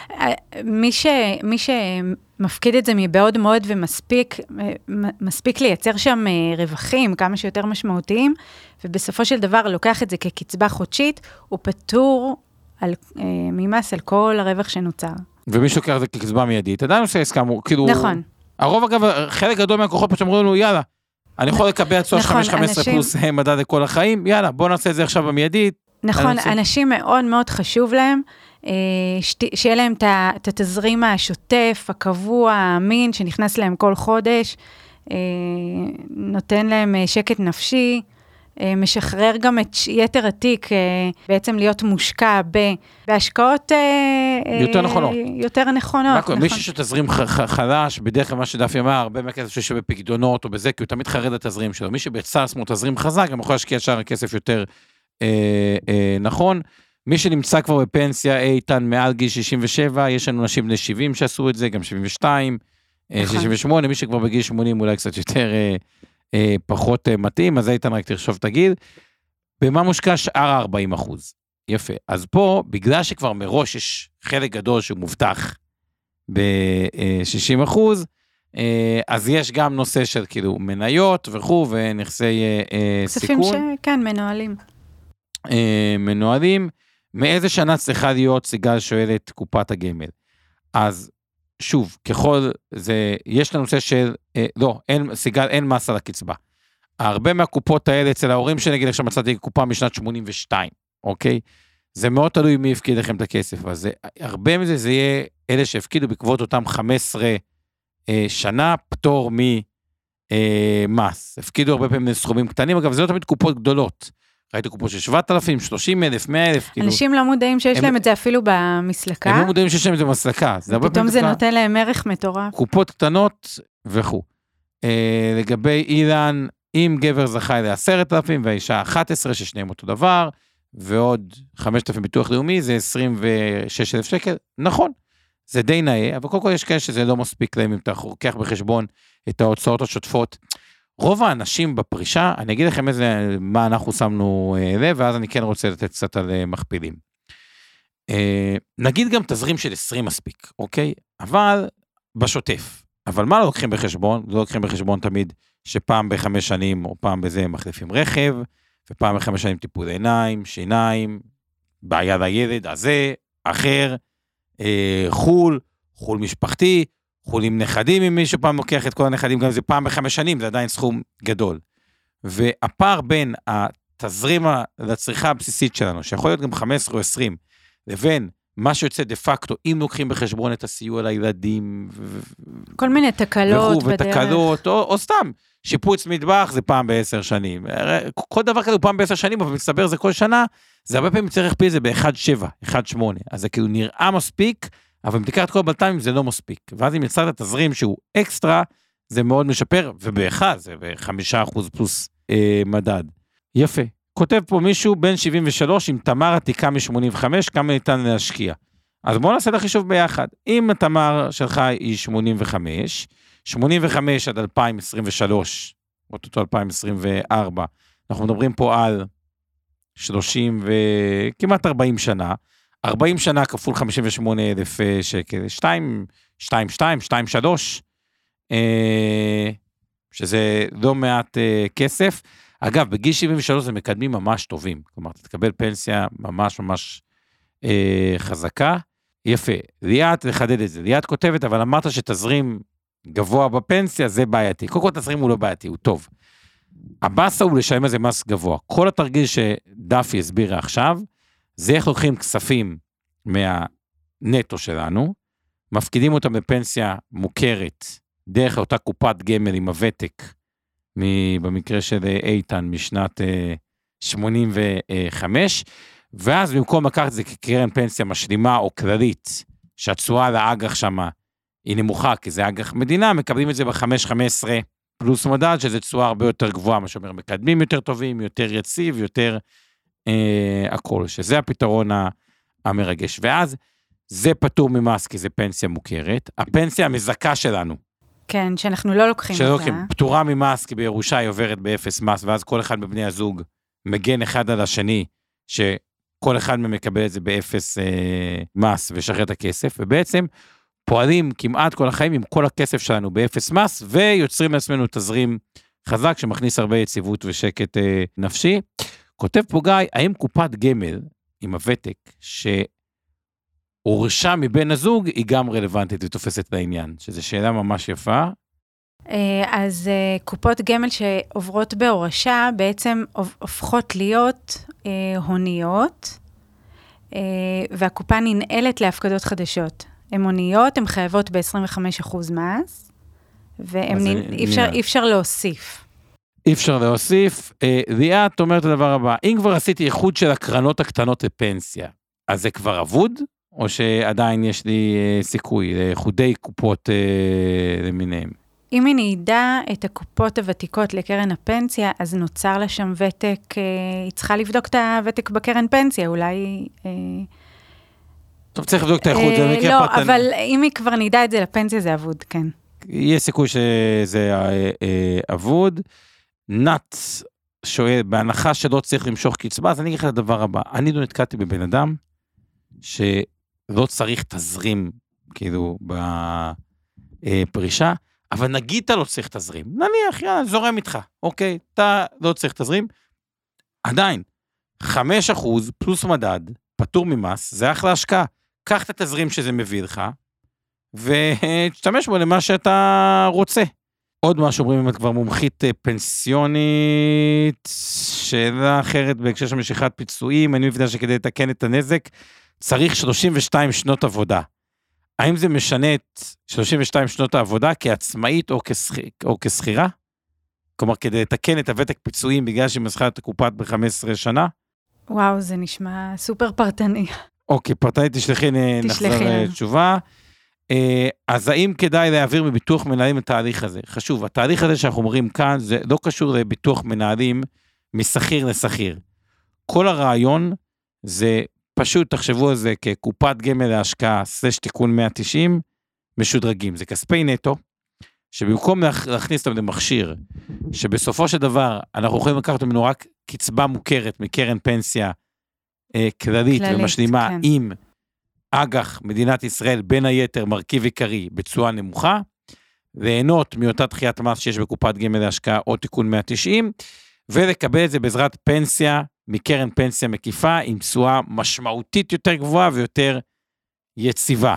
מי שמפקיד את זה מבעוד מאוד ומספיק לייצר שם רווחים כמה שיותר משמעותיים, ובסופו של דבר לוקח את זה כקצבה חודשית, הוא פטור ממס על כל הרווח שנוצר. ומי שלוקח את זה כקצבה מיידית, עדיין עושה עסקה, כאילו... נכון. הרוב אגב, חלק גדול מהכוחות פשוט אמרו לנו, יאללה, אני יכול לקבל עד סוף 5-15 פלוס מדד לכל החיים, יאללה, בוא נעשה את זה עכשיו במיידית. נכון, אנשים מאוד מאוד חשוב להם, שיהיה להם את התזרים השוטף, הקבוע, האמין, שנכנס להם כל חודש, נותן להם שקט נפשי, משחרר גם את יתר התיק, בעצם להיות מושקע בהשקעות יותר נכונות. מישהו שתזרים חלש, בדרך כלל מה שדפי אמר, הרבה מהכסף שיש בפקדונות או בזה, כי הוא תמיד חרד לתזרים שלו. מי שבצע עצמו תזרים חזק, גם יכול להשקיע שאר הכסף יותר נכון. מי שנמצא כבר בפנסיה איתן מעל גיל 67, יש לנו נשים בני 70 שעשו את זה, גם 72, 68, מי שכבר בגיל 80 אולי קצת יותר פחות מתאים, אז איתן רק תרשוב את הגיל. במה מושקע שאר 40%? יפה. אז פה, בגלל שכבר מראש יש חלק גדול שהוא מובטח ב-60%, אז יש גם נושא של כאילו מניות וכו' ונכסי סיכון. כספים שכן, מנוהלים. מאיזה שנה צריכה להיות, סיגל שואלת, קופת הגמל? אז שוב, ככל זה, יש לנושא של, לא, סיגל, אין מס על הקצבה. הרבה מהקופות האלה אצל ההורים שנגיד, עכשיו מצאתי קופה משנת 82, אוקיי? זה מאוד תלוי מי הפקיד לכם את הכסף, אז הרבה מזה זה יהיה אלה שהפקידו בעקבות אותם 15 שנה, פטור ממס. הפקידו הרבה פעמים סכומים קטנים, אגב, זה לא תמיד קופות גדולות. ראיתי קופות של 7,000, 30,000, 100,000. אנשים לא מודעים שיש להם את זה אפילו במסלקה. הם לא מודעים שיש להם את זה במסלקה. פתאום זה נותן להם ערך מטורף. קופות קטנות וכו'. לגבי אילן, אם גבר זכאי ל10,000 והאישה 11, ששניהם אותו דבר, ועוד 5,000 ביטוח לאומי, זה 26,000 שקל. נכון, זה די נאה, אבל קודם כל יש כאלה שזה לא מספיק להם, אם אתה לוקח בחשבון את ההוצאות השוטפות. רוב האנשים בפרישה, אני אגיד לכם מה אנחנו שמנו לב, ואז אני כן רוצה לתת קצת על מכפילים. נגיד גם תזרים של 20 מספיק, אוקיי? אבל בשוטף. אבל מה לא לוקחים בחשבון? לא לוקחים בחשבון תמיד שפעם ב5 שנים, או פעם בזה מחליפים רכב, ופעם ב5 שנים טיפול עיניים, שיניים, בעיה לילד, הזה, אחר, חול משפחתי, חול עם נכדים, אם מישהו פעם לוקח את כל הנכדים, גם זה פעם ב5 שנים, זה עדיין סכום גדול. והפער בין התזרים לצריכה הבסיסית שלנו, שיכול להיות גם 15 או 20, לבין מה שיוצא דה פקטו, אם לוקחים בחשבון את הסיוע לילדים, כל מיני תקלות בדרך. ותקלות, או סתם, שיפוץ מטבח זה פעם ב10 שנים. כל דבר כזה הוא פעם ב10 שנים, אבל מצטבר זה כל שנה, זה הרבה פעמים צריך להכפיל את זה ב1.7, 1.8, אז זה כאילו נראה מספיק, אבל אם תיקח את כל הבלתיים זה לא מספיק, ואז אם יצרת תזרים שהוא אקסטרה, זה מאוד משפר, ובאחד זה ב5% פלוס מדד. יפה. כותב פה מישהו בין 73 עם תמר עתיקה מ85, כמה ניתן להשקיע. אז בואו נעשה את החישוב ביחד. אם התמר שלך היא 85 עד 2023, או אותו 2024, אנחנו מדברים פה על 30 וכמעט 40 שנה, 40 שנה כפול 58,000 שקל, 2.3, שזה לא מעט כסף. אגב, בגיל 73 זה מקדמים ממש טובים, כלומר, תקבל פנסיה ממש חזקה. יפה, ליאת, לחדד את זה. ליאת כותבת, אבל אמרת שתזרים גבוה בפנסיה, זה בעייתי. קודם כל תזרים הוא לא בעייתי, הוא טוב. הבאסה הוא לשלם איזה מס גבוה. כל התרגיל שדפי הסבירה עכשיו, זה איך לוקחים כספים מהנטו שלנו, מפקידים אותם בפנסיה מוכרת, דרך אותה קופת גמל עם הוותק, במקרה של איתן משנת 85, ואז במקום לקחת את זה כקרן פנסיה משלימה או כללית, שהתשואה לאג"ח שמה היא נמוכה, כי זה אג"ח מדינה, מקבלים את זה ב5.15 פלוס מדד, שזה תשואה הרבה יותר גבוהה, מה שאומר, מקדמים יותר טובים, יותר יציב, יותר הכל, שזה הפתרון המרגש. ואז זה פטור ממס, כי זה פנסיה מוכרת. הפנסיה המזכה שלנו. כן, שאנחנו לא לוקחים אותה. פטורה ממס, כי בירושה היא עוברת באפס מס, ואז כל אחד מבני הזוג מגן אחד על השני, שכל אחד מקבל את זה באפס מס ושחרר את הכסף, ובעצם פועלים כמעט כל החיים עם כל הכסף שלנו באפס מס, ויוצרים לעצמנו תזרים חזק, שמכניס הרבה יציבות ושקט נפשי. כותב פה גיא, האם קופת גמל עם הוותק, שהורשה מבין הזוג, היא גם רלוונטית ותופסת את העניין, שזו שאלה ממש יפה. אז קופות גמל שעוברות בהורשה, בעצם הופכות להיות הוניות, והקופה ננעלת להפקדות חדשות. הן הוניות, הן חייבות ב-25% מס, ואי אפשר להוסיף. אי אפשר להוסיף. ליאת אומרת הדבר הבא, אם כבר עשיתי איחוד של הקרנות הקטנות לפנסיה, אז זה כבר עבוד, או שעדיין יש לי סיכוי לאיחודי קופות למיניהם? אם היא נעידה את הקופות הוותיקות לקרן הפנסיה, אז נוצר לה שם ותק, היא צריכה לבדוק את הוותק בקרן פנסיה, אולי... טוב, צריך לבדוק את האיחוד, זה מקרה לא, פרטני. אבל אם היא כבר נעידה את זה לפנסיה, זה עבוד, כן. יש סיכוי שזה עבוד. נת שואל, בהנחה שלא צריך למשוך קצבה, אז אני אגיד לך את הדבר הבא. אני לא נתקעתי בבן אדם, שלא צריך תזרים, כאילו, בפרישה, אבל נגיד אתה לא צריך תזרים. נניח, יאללה, זורם איתך. אוקיי, אתה לא צריך תזרים. עדיין, 5% פלוס מדד, פטור ממס, זה אחלה השקעה. קח את התזרים שזה מביא לך, ותשתמש בו למה שאתה רוצה. עוד מה שאומרים, אם את כבר מומחית פנסיונית, שאלה אחרת בהקשר של משיכת פיצויים, אני מבינה שכדי לתקן את הנזק, צריך 32 שנות עבודה. האם זה משנה את 32 שנות העבודה כעצמאית או כסחירה? כלומר, כדי לתקן את הוותק פיצויים, בגלל שהיא מסכה את הקופת ב-15 שנה? וואו, זה נשמע סופר פרטני. אוקיי, פרטנית תשלחי, נחזר תשובה. אז האם כדאי להעביר מביטוח מנהלים את התהליך הזה? חשוב, התהליך הזה שאנחנו אומרים כאן, זה לא קשור לביטוח מנהלים משכיר לשכיר. כל הרעיון זה פשוט, תחשבו על זה כקופת גמל להשקעה, תיקון 190, משודרגים. זה כספי נטו, שבמקום להכניס אותם למכשיר, שבסופו של דבר אנחנו יכולים לקחת ממנו רק קצבה מוכרת מקרן פנסיה כללית ומשלימה כן. עם אג"ח מדינת ישראל בין היתר מרכיב עיקרי בצורה נמוכה, ליהנות מאותה דחיית מס שיש בקופת גמל להשקעה או תיקון 190, ולקבל את זה בעזרת פנסיה מקרן פנסיה מקיפה עם תשואה משמעותית יותר גבוהה ויותר יציבה.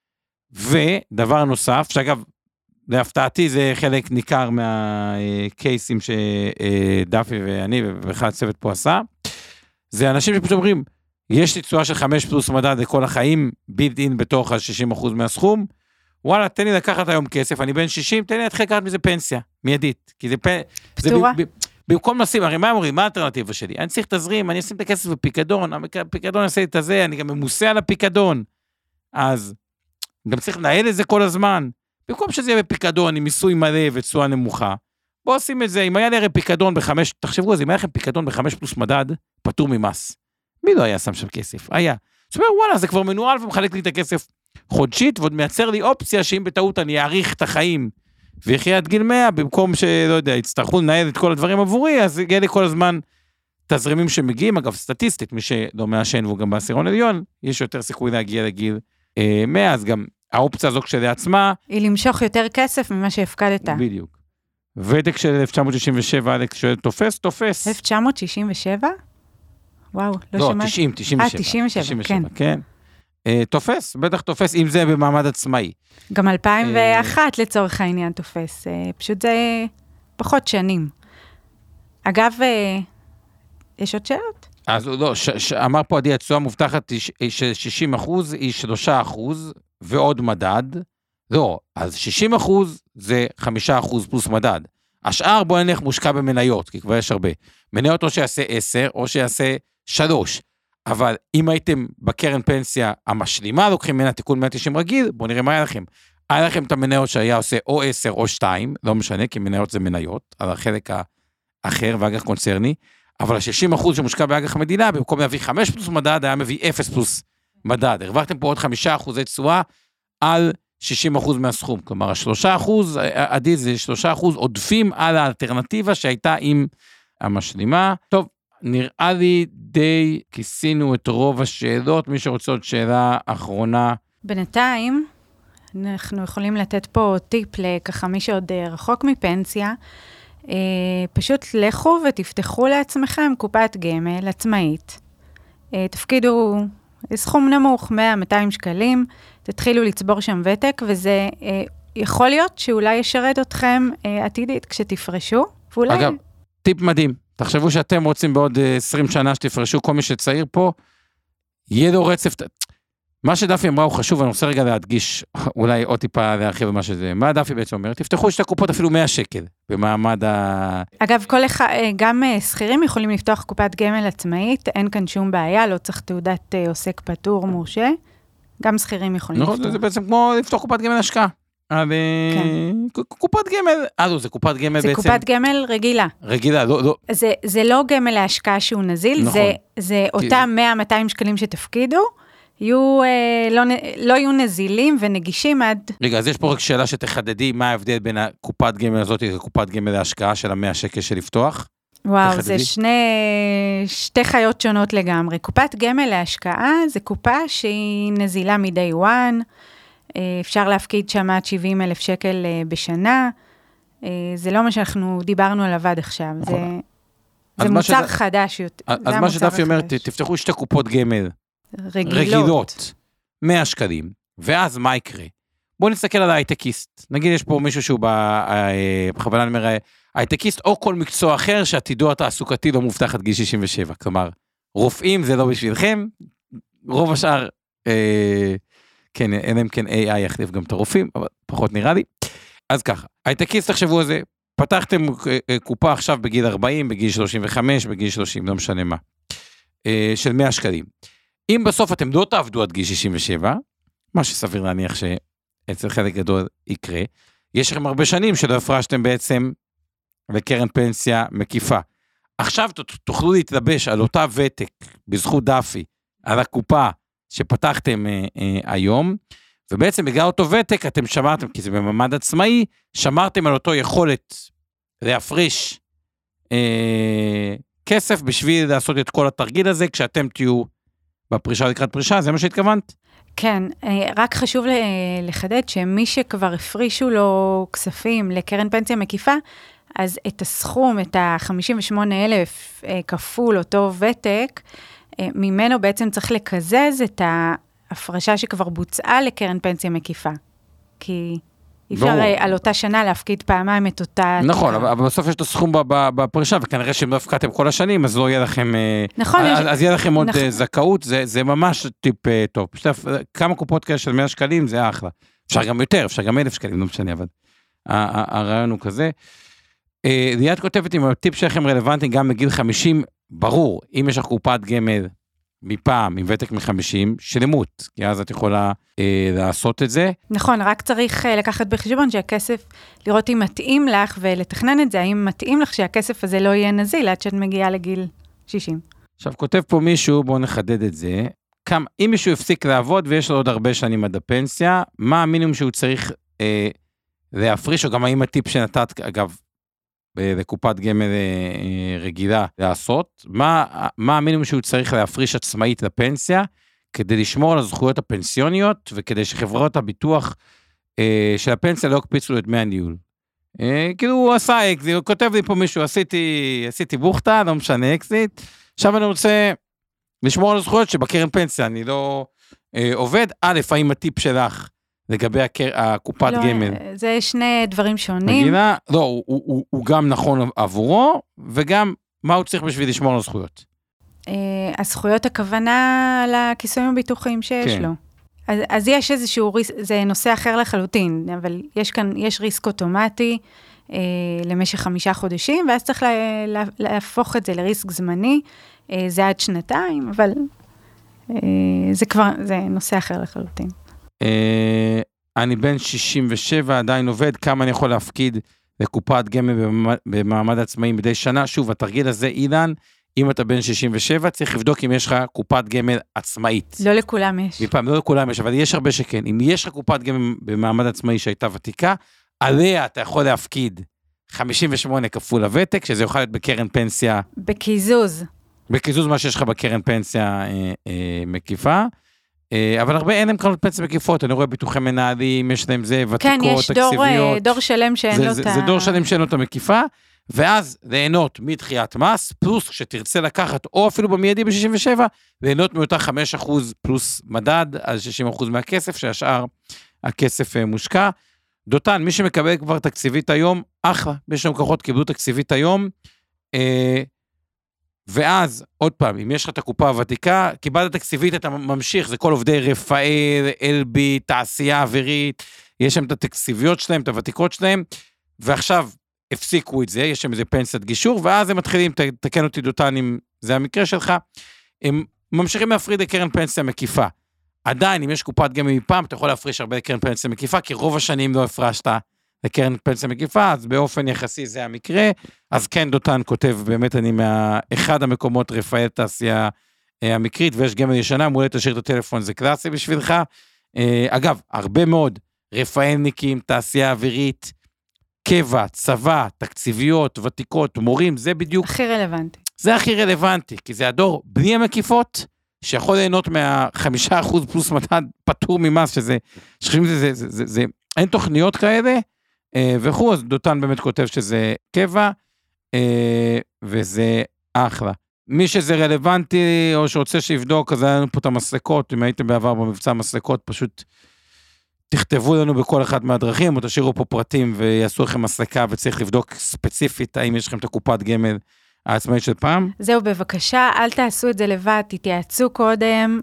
ודבר נוסף, שאגב, להפתעתי זה חלק ניכר מהקייסים שדפי ואני ובכלל הצוות פה עשה, זה אנשים שפשוט אומרים, יש לי תשואה של 5 פלוס מדד לכל החיים, בילד אין בתוך ה-60% מהסכום, וואלה, תן לי לקחת היום כסף, אני בן 60, תן לי להתחיל לקחת מזה פנסיה, מיידית, כי זה פתורה. במקום לשים, הרי מה אומרים, מה האלטרנטיבה שלי? אני צריך תזרים, אני אשים את הכסף בפיקדון, הפיקדון יעשה לי את הזה, אני גם ממוסה על הפיקדון, אז גם צריך לנהל את זה כל הזמן, במקום שזה יהיה בפיקדון, עם מיסוי מלא ותשואה נמוכה, בואו עושים את זה, אם היה לי הרי פיקדון ב5, תחשבו על זה, אם היה לכם פיקדון ב5 פלוס מדד, פטור ממס. מי לא היה שם שם כסף? היה. זאת אומרת, וואלה, זה כבר מנוהל ומחלק לי את הכסף חודשית, ועוד מייצר לי אופציה שאם בטעות אני אעריך את החיים, ויחיה עד גיל 100, במקום שלא יודע, יצטרכו לנהל את כל הדברים עבורי, אז יגיע לי כל הזמן תזרימים שמגיעים, אגב, סטטיסטית, מי שלא מעשן והוא גם בעשירון עליון, יש יותר סיכוי להגיע לגיל 100, אז גם האופציה הזו כשלעצמה, היא למשוך יותר כסף ממה שהפקדת. בדיוק. ותק של 1967, אלכס שואל, תופס? 1967? וואו, לא שמעתי. 97, כן. תופס, בטח תופס, אם זה במעמד עצמאי. גם 2001 לצורך העניין תופס, פשוט זה פחות שנים. אגב, יש עוד שאלות? אז לא, אמר פה עדי, התשואה מובטחת של 60% היא 3% ועוד מדד. לא, אז 60% זה 5% פלוס מדד. השאר בוא נניח מושקע במניות, כי כבר יש הרבה. מניות או שיעשה 10 או שיעשה 3. אבל אם הייתם בקרן פנסיה המשלימה, לוקחים ממנה תיקון 190 רגיל, בואו נראה מה היה לכם. היה לכם את המניות שהיה עושה או 10 או 2, לא משנה, כי מניות זה מניות, על החלק האחר ואג"ח קונצרני, אבל ה-60% שמושקע באג"ח מדינה, במקום להביא 5 פלוס מדד, היה מביא 0 פלוס מדד. הרווחתם פה עוד 5% תשואה על 60% מהסכום. כלומר, ה3%, עדיף זה 3% עודפים על האלטרנטיבה שהייתה עם המשלימה. טוב, נראה לי די כיסינו את רוב השאלות. מי שרוצה עוד שאלה אחרונה. בינתיים, אנחנו יכולים לתת פה טיפ לככה מי שעוד רחוק מפנסיה, פשוט לכו ותפתחו לעצמכם קופת גמל עצמאית. תפקידו סכום נמוך, 100-200 שקלים, תתחילו לצבור שם ותק, וזה יכול להיות שאולי ישרת אתכם עתידית כשתפרשו, ואולי... אגב, טיפ מדהים, תחשבו שאתם רוצים בעוד 20 שנה שתפרשו, כל מי שצעיר פה, יהיה לו רצף... מה שדפי אמרה הוא חשוב, אני רוצה רגע להדגיש, אולי עוד טיפה להרחיב במה שזה, מה דפי בעצם אומר? תפתחו שתי קופות אפילו 100 שקל, במעמד ה... אגב, גם שכירים יכולים לפתוח קופת גמל עצמאית, אין כאן שום בעיה, לא צריך תעודת עוסק פטור מורשה, גם שכירים יכולים לפתוח. נכון, זה בעצם כמו לפתוח קופת גמל השקעה. קופת גמל, זה קופת גמל בעצם... זה קופת גמל רגילה. רגילה, לא... זה לא גמל להשקעה שהוא נזיל, זה אותם 100-200 שקלים שתפקידו, לא יהיו נזילים ונגישים עד... רגע, אז יש פה רק שאלה שתחדדי, מה ההבדל בין הקופת גמל הזאת לקופת גמל להשקעה של 100 שקל של לפתוח? וואו, זה שתי חיות שונות לגמרי. קופת גמל להשקעה זה קופה שהיא נזילה מ-day one, אפשר להפקיד שם עד 70,000 שקל בשנה, זה לא מה שאנחנו דיברנו עליו עד עכשיו, זה מוצר חדש. אז מה שדפי אומר, תפתחו שתי קופות גמל רגילות, 100 שקלים, ואז מה יקרה? בואו נסתכל על ההייטקיסט, נגיד יש פה מישהו שהוא בכוונה נאמר, הייטקיסט או כל מקצוע אחר שעתידו התעסוקתי לא מובטח עד גיל 67, כלומר, רופאים זה לא בשבילכם, רוב השאר, כן, אין להם כן AI יחליף גם את הרופאים, אבל פחות נראה לי, אז ככה, הייטקיסט תחשבו על זה, פתחתם קופה עכשיו בגיל 40, בגיל 35, בגיל 30, לא משנה מה, של 100 שקלים. אם בסוף אתם לא תעבדו עד גיל 67, מה שסביר להניח שאצל חלק גדול יקרה, יש לכם הרבה שנים שלא הפרשתם בעצם לקרן פנסיה מקיפה. עכשיו תוכלו להתלבש על אותה ותק, בזכות דפי, על הקופה שפתחתם היום, ובעצם בגלל אותו ותק אתם שמרתם, כי זה במעמד עצמאי, שמרתם על אותו יכולת להפריש כסף בשביל לעשות את כל התרגיל הזה, כשאתם תהיו בפרישה לקראת פרישה, זה מה שהתכוונת? כן, רק חשוב לחדד שמי שכבר הפרישו לו כספים לקרן פנסיה מקיפה, אז את הסכום, את ה-58,000 כפול אותו ותק, ממנו בעצם צריך לקזז את ההפרשה שכבר בוצעה לקרן פנסיה מקיפה. כי אי אפשר על אותה שנה להפקיד פעמיים את אותה... נכון, אבל בסוף יש את הסכום בפרישה, וכנראה שאם לא הפקדתם כל השנים, אז לא יהיה לכם... נכון. אז יהיה לכם עוד זכאות, זה ממש טיפ טוב. כמה קופות כאלה של 100 שקלים, זה אחלה. אפשר גם יותר, אפשר גם 1,000 שקלים, לא משנה, אבל הרעיון הוא כזה. ליאת כותבת עם הטיפ שלכם רלוונטי גם בגיל 50, ברור, אם יש לך קופת גמל מפעם, עם ותק מ-50, שלמות, כי אז את יכולה לעשות את זה. נכון, רק צריך לקחת בחשבון שהכסף, לראות אם מתאים לך ולתכנן את זה, האם מתאים לך שהכסף הזה לא יהיה נזיל, עד שאת מגיעה לגיל 60. עכשיו, כותב פה מישהו, בואו נחדד את זה, אם מישהו הפסיק לעבוד ויש לו עוד הרבה שנים עד הפנסיה, מה המינימום שהוא צריך להפריש, או גם האם הטיפ שנתת, אגב, לקופת גמל רגילה לעשות, מה המינימום שהוא צריך להפריש עצמאית לפנסיה, כדי לשמור על הזכויות הפנסיוניות, וכדי שחברות הביטוח של הפנסיה לא יקפיצו לו את דמי הניהול. כאילו הוא עשה, הוא כותב לי פה מישהו, עשיתי בוכתה, לא משנה אקזיט, עכשיו אני רוצה לשמור על הזכויות שבקרן פנסיה, אני לא עובד, האם הטיפ שלך, לגבי הקופת גמל. זה שני דברים שונים. מגינה, לא, הוא גם נכון עבורו, וגם מה הוא צריך בשביל לשמור על הזכויות. הזכויות הכוונה לכיסויים הביטוחיים שיש לו. אז יש איזשהו ריסק, זה נושא אחר לחלוטין, אבל יש ריסק אוטומטי למשך 5 חודשים, ואז צריך להפוך את זה לריסק זמני, זה עד 2, אבל זה נושא אחר לחלוטין. אני בן 67, עדיין עובד, כמה אני יכול להפקיד לקופת גמל במעמד עצמאי מדי שנה. שוב, התרגיל הזה, אילן, אם אתה בן 67, צריך לבדוק אם יש לך קופת גמל עצמאית. לא לכולם יש. מפעם, לא לכולם יש, אבל יש הרבה שכן. אם יש לך קופת גמל במעמד עצמאי שהייתה ותיקה, עליה אתה יכול להפקיד 58 כפול הוותק, שזה יוכל להיות בקרן פנסיה. בקיזוז. בקיזוז מה שיש לך בקרן פנסיה מקיפה. אבל הרבה אין להם קרנות פנסיה מקיפות, אני רואה ביטוחי מנהלים, יש להם זה, ותיקות, תקציביות. כן, יש דור שלם שאין לו את ה... זה דור שלם שאין לו את המקיפה, ואז ליהנות מדחיית מס, פלוס כשתרצה לקחת, או אפילו במיידי ב-67, ליהנות מאותה 5% פלוס מדד, על 60% מהכסף, שהשאר הכסף מושקע. דותן, מי שמקבל כבר תקציבית היום, אחלה, יש שם כוחות קיבלו תקציבית היום, ואז, עוד פעם, אם יש לך את הקופה הוותיקה, קיבלת תקציבית, אתה ממשיך, זה כל עובדי רפאל, אלבי, תעשייה אווירית, יש שם את התקציביות שלהם, את הוותיקות שלהם, ועכשיו הפסיקו את זה, יש שם איזה פנסיית גישור, ואז הם מתחילים, תקן אותי דותן, אם זה המקרה שלך, הם ממשיכים להפריד לקרן פנסיה מקיפה. עדיין, אם יש קופת גמל מפעם, אתה יכול להפריש הרבה לקרן פנסיה מקיפה, כי רוב השנים לא הפרשת לקרן פנסיה מקיפה, אז באופן יחסי זה המקרה. אז כן, דותן כותב, באמת אני מאחד המקומות רפאל תעשייה המקרית, ויש גמל ישנה, מולה תשאיר את הטלפון, זה קלאסי בשבילך. אגב, הרבה מאוד רפאלניקים, תעשייה אווירית, קבע, צבא, תקציביות, ותיקות, מורים, זה בדיוק... הכי רלוונטי. זה הכי רלוונטי, כי זה הדור בלי המקיפות, שיכול ליהנות מה5% פלוס מדד פטור ממס, שזה, שחושבים זה, אין תוכניות כאלה, וכו', אז דותן באמת כותב שזה קבע, וזה אחלה. מי שזה רלוונטי, או שרוצה שיבדוק, אז היה לנו פה את המסלקות, אם הייתם בעבר במבצע המסלקות, פשוט תכתבו לנו בכל אחד מהדרכים, או תשאירו פה פרטים, ויעשו לכם מסלקה, וצריך לבדוק ספציפית, האם יש לכם את הקופת גמל העצמאית של פעם. זהו, בבקשה, אל תעשו את זה לבד, תתייעצו קודם,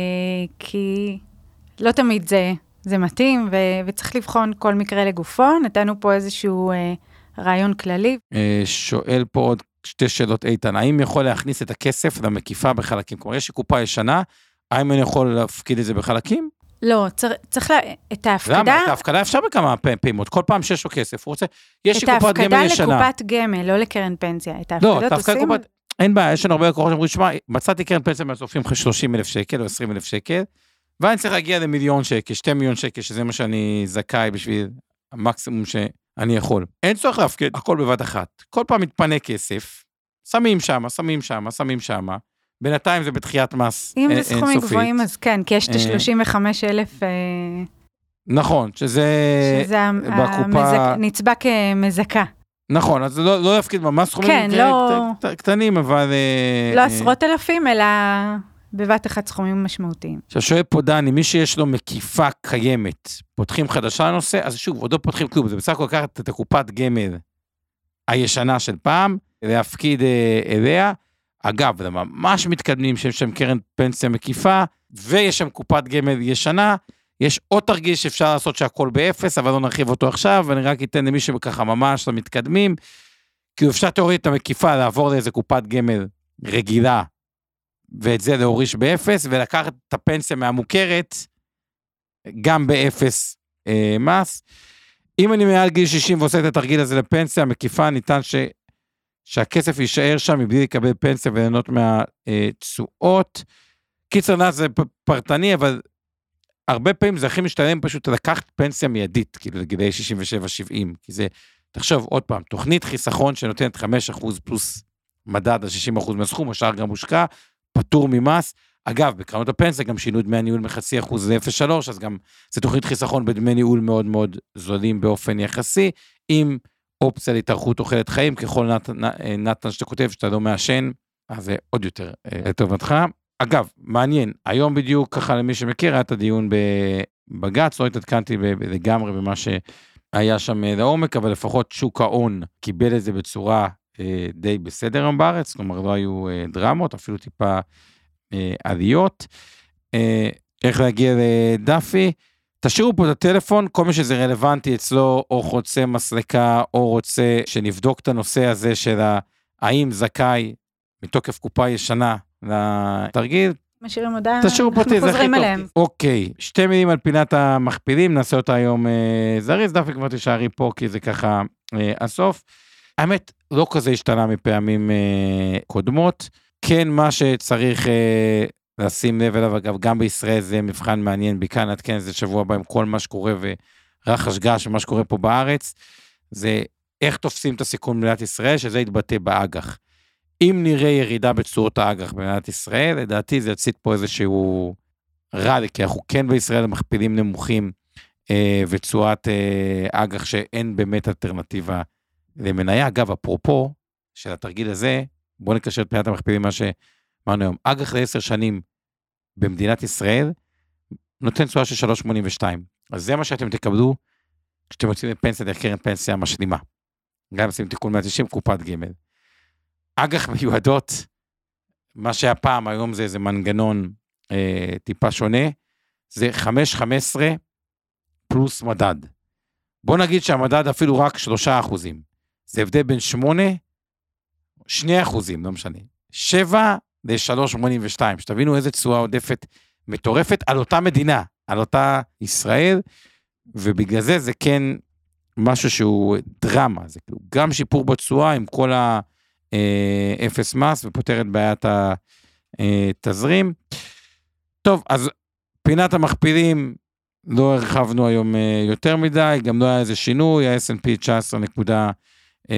כי לא תמיד זה מתאים, וצריך לבחון כל מקרה לגופו. נתנו פה איזשהו רעיון כללי. שואל פה עוד שתי שאלות, איתן, האם יכול להכניס את הכסף למקיפה בחלקים? כלומר, יש קופה ישנה, האם אני יכול להפקיד את זה בחלקים? לא, צריך את ההפקדה... למה? את ההפקדה אפשר בכמה פעימות, כל פעם שיש לו כסף, הוא רוצה, יש לי קופת גמל ישנה. את ההפקדה לקופת גמל, לא לקרן פנסיה, את ההפקדות עושים... אין בעיה, יש לנו הרבה לקוחות שאומרים, שמע, מצאתי קרן פנסיה מהסופים 30,000 שקל או 20,000 שקל, ואני צריך להגיע ל1,000,000 שקל, 2,000,000 שקל, שזה מה שאני זכאי בשביל המקסימום שאני יכול. אין צורך להפקד, הכל בבת אחת. כל פעם מתפנה כסף, שמים שמה, בינתיים זה בתחיית מס אינסופית. אם זה סכומים גבוהים, אז כן, כי יש את 35,000... נכון, שזה בקופה... נצבע כמזכה. נכון, אז לא להפקיד ממש סכומים קטנים, אבל... לא עשרות אלפים, אלא בבת אחת סכומים משמעותיים. שואל פה דני, מי שיש לו מקיפה קיימת, פותחים חדשה לנושא, אז שוב, עוד לא פותחים כלום, זה בסך הכל לקחת את הקופת גמל הישנה של פעם, להפקיד אליה, אגב, זה ממש מתקדמים שיש שם קרן פנסיה מקיפה, ויש שם קופת גמל ישנה, יש עוד תרגיל שאפשר לעשות שהכל באפס, אבל לא נרחיב אותו עכשיו, ואני רק אתן למי שככה ממש לא מתקדמים, כי אפשר תוריד את המקיפה, לעבור לאיזה קופת גמל רגילה, ואת זה להוריש באפס, ולקחת את הפנסיה מהמוכרת, גם באפס מס. אם אני מעל גיל 60 ועושה את התרגיל הזה לפנסיה, המקיפה ניתן שהכסף יישאר שם, מבלי לקבל פנסיה וליהנות מהתשואות. קיצר נע זה פרטני, אבל הרבה פעמים זה הכי משתלם פשוט לקחת פנסיה מיידית, כאילו לגילאי 67-70, כי זה, תחשוב עוד פעם, תוכנית חיסכון שנותנת 5% פלוס מדד על 60% מהסכום, השאר גם מושקע, פטור ממס. אגב, בקרנות הפנסיה גם שינו דמי הניהול מ0.5% ל0.3, אז גם זה תוכנית חיסכון בדמי ניהול מאוד מאוד זולים באופן יחסי, עם אופציה להתארכות תוחלת חיים, ככל נתן שאתה כותב שאתה לא מעשן, אז זה עוד יותר לטובתך. אגב, מעניין, היום בדיוק ככה למי שמכיר, היה את הדיון בבג"ץ, לא התעדכנתי לגמרי במה שהיה שם לעומק, אבל לפחות שוק ההון קיבל את זה בצורה די בסדר בארץ, כלומר לא היו דרמות, אפילו טיפה עליות. איך להגיע לדפי? תשאירו פה את הטלפון, כל מי שזה רלוונטי אצלו, או רוצה מסלקה, או רוצה שנבדוק את הנושא הזה של האם זכאי מתוקף קופה ישנה לתרגיל, משאירים הודעה, תשאירו פרטי, אנחנו חוזרים אליהם. אוקיי, 2 מילים על פינת המכפילים, נעשה אותה היום זריז, דווקא כבר תשארי פה, כי זה ככה הסוף. האמת, לא כזה השתנה מפעמים קודמות, כן מה שצריך לשים לב אליו, אגב, גם בישראל זה מבחן מעניין, בכאן עד כן זה שבוע הבא עם כל מה שקורה ורחש גש ומה שקורה פה בארץ, זה איך תופסים את הסיכון במדינת ישראל, שזה יתבטא באג"ח. אם נראה ירידה בתשואות האג"ח במדינת ישראל, לדעתי זה יצית פה איזשהו רע, כי אנחנו כן בישראל מכפילים נמוכים, ותשואת אג"ח שאין באמת אלטרנטיבה למניה. אגב, אפרופו של התרגיל הזה, בואו נקשר את פינת המכפילים מה שאמרנו היום, אג"ח ל10 שנים במדינת ישראל, נותן תשואה של 3.82. אז זה מה שאתם תקבלו, כשאתם יוצאים לפנסיה, דרך קרן פנסיה משלימה. גם עושים תיקון 190, קופת גמל. אג"ח מיועדות, מה שהיה פעם, היום זה איזה מנגנון טיפה שונה, זה 5.15 פלוס מדד. בוא נגיד שהמדד אפילו רק 3%. זה הבדל בין 8, 2%, לא משנה. 7 ל-3.82, שתבינו איזה תשואה עודפת מטורפת על אותה מדינה, על אותה ישראל, ובגלל זה זה כן משהו שהוא דרמה, זה גם שיפור בתשואה עם כל אפס מס, ופותר את בעיית התזרים. טוב, אז פינת המכפילים, לא הרחבנו היום יותר מדי, גם לא היה איזה שינוי, ה-S&P 19.3,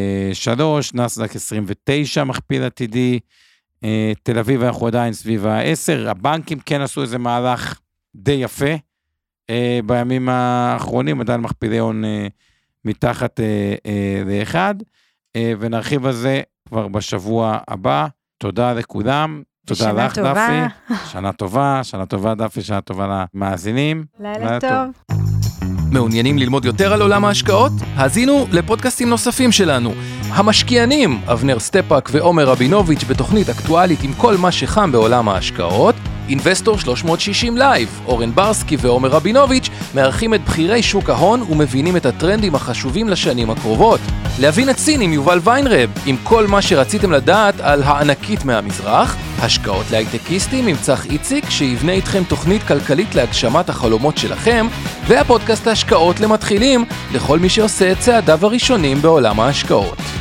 נסדק 29 מכפיל עתידי, תל אביב אנחנו עדיין סביב ה-10, הבנקים כן עשו איזה מהלך די יפה, בימים האחרונים, עדיין מכפילי הון מתחת ל-1, ונרחיב על זה כבר בשבוע הבא. תודה לכולם, תודה לך דפי, שנה טובה דפי, שנה טובה למאזינים. לילה טוב. מעוניינים ללמוד יותר על עולם ההשקעות? האזינו לפודקאסטים נוספים שלנו. המשקיענים, אבנר סטפאק ועומר רבינוביץ' בתוכנית אקטואלית עם כל מה שחם בעולם ההשקעות. אינבסטור 360 לייב, אורן ברסקי ועומר רבינוביץ' מארחים את בחירי שוק ההון ומבינים את הטרנדים החשובים לשנים הקרובות. להבין את סין עם יובל ויינרב, עם כל מה שרציתם לדעת על הענקית מהמזרח. השקעות להייטקיסטים עם צח איציק, שיבנה איתכם תוכנית כלכלית להגשמת החלומות שלכם, והפודקאסט ההשקעות למתחילים, לכל מי שעושה את צעדיו הראשונים בעולם ההשקעות.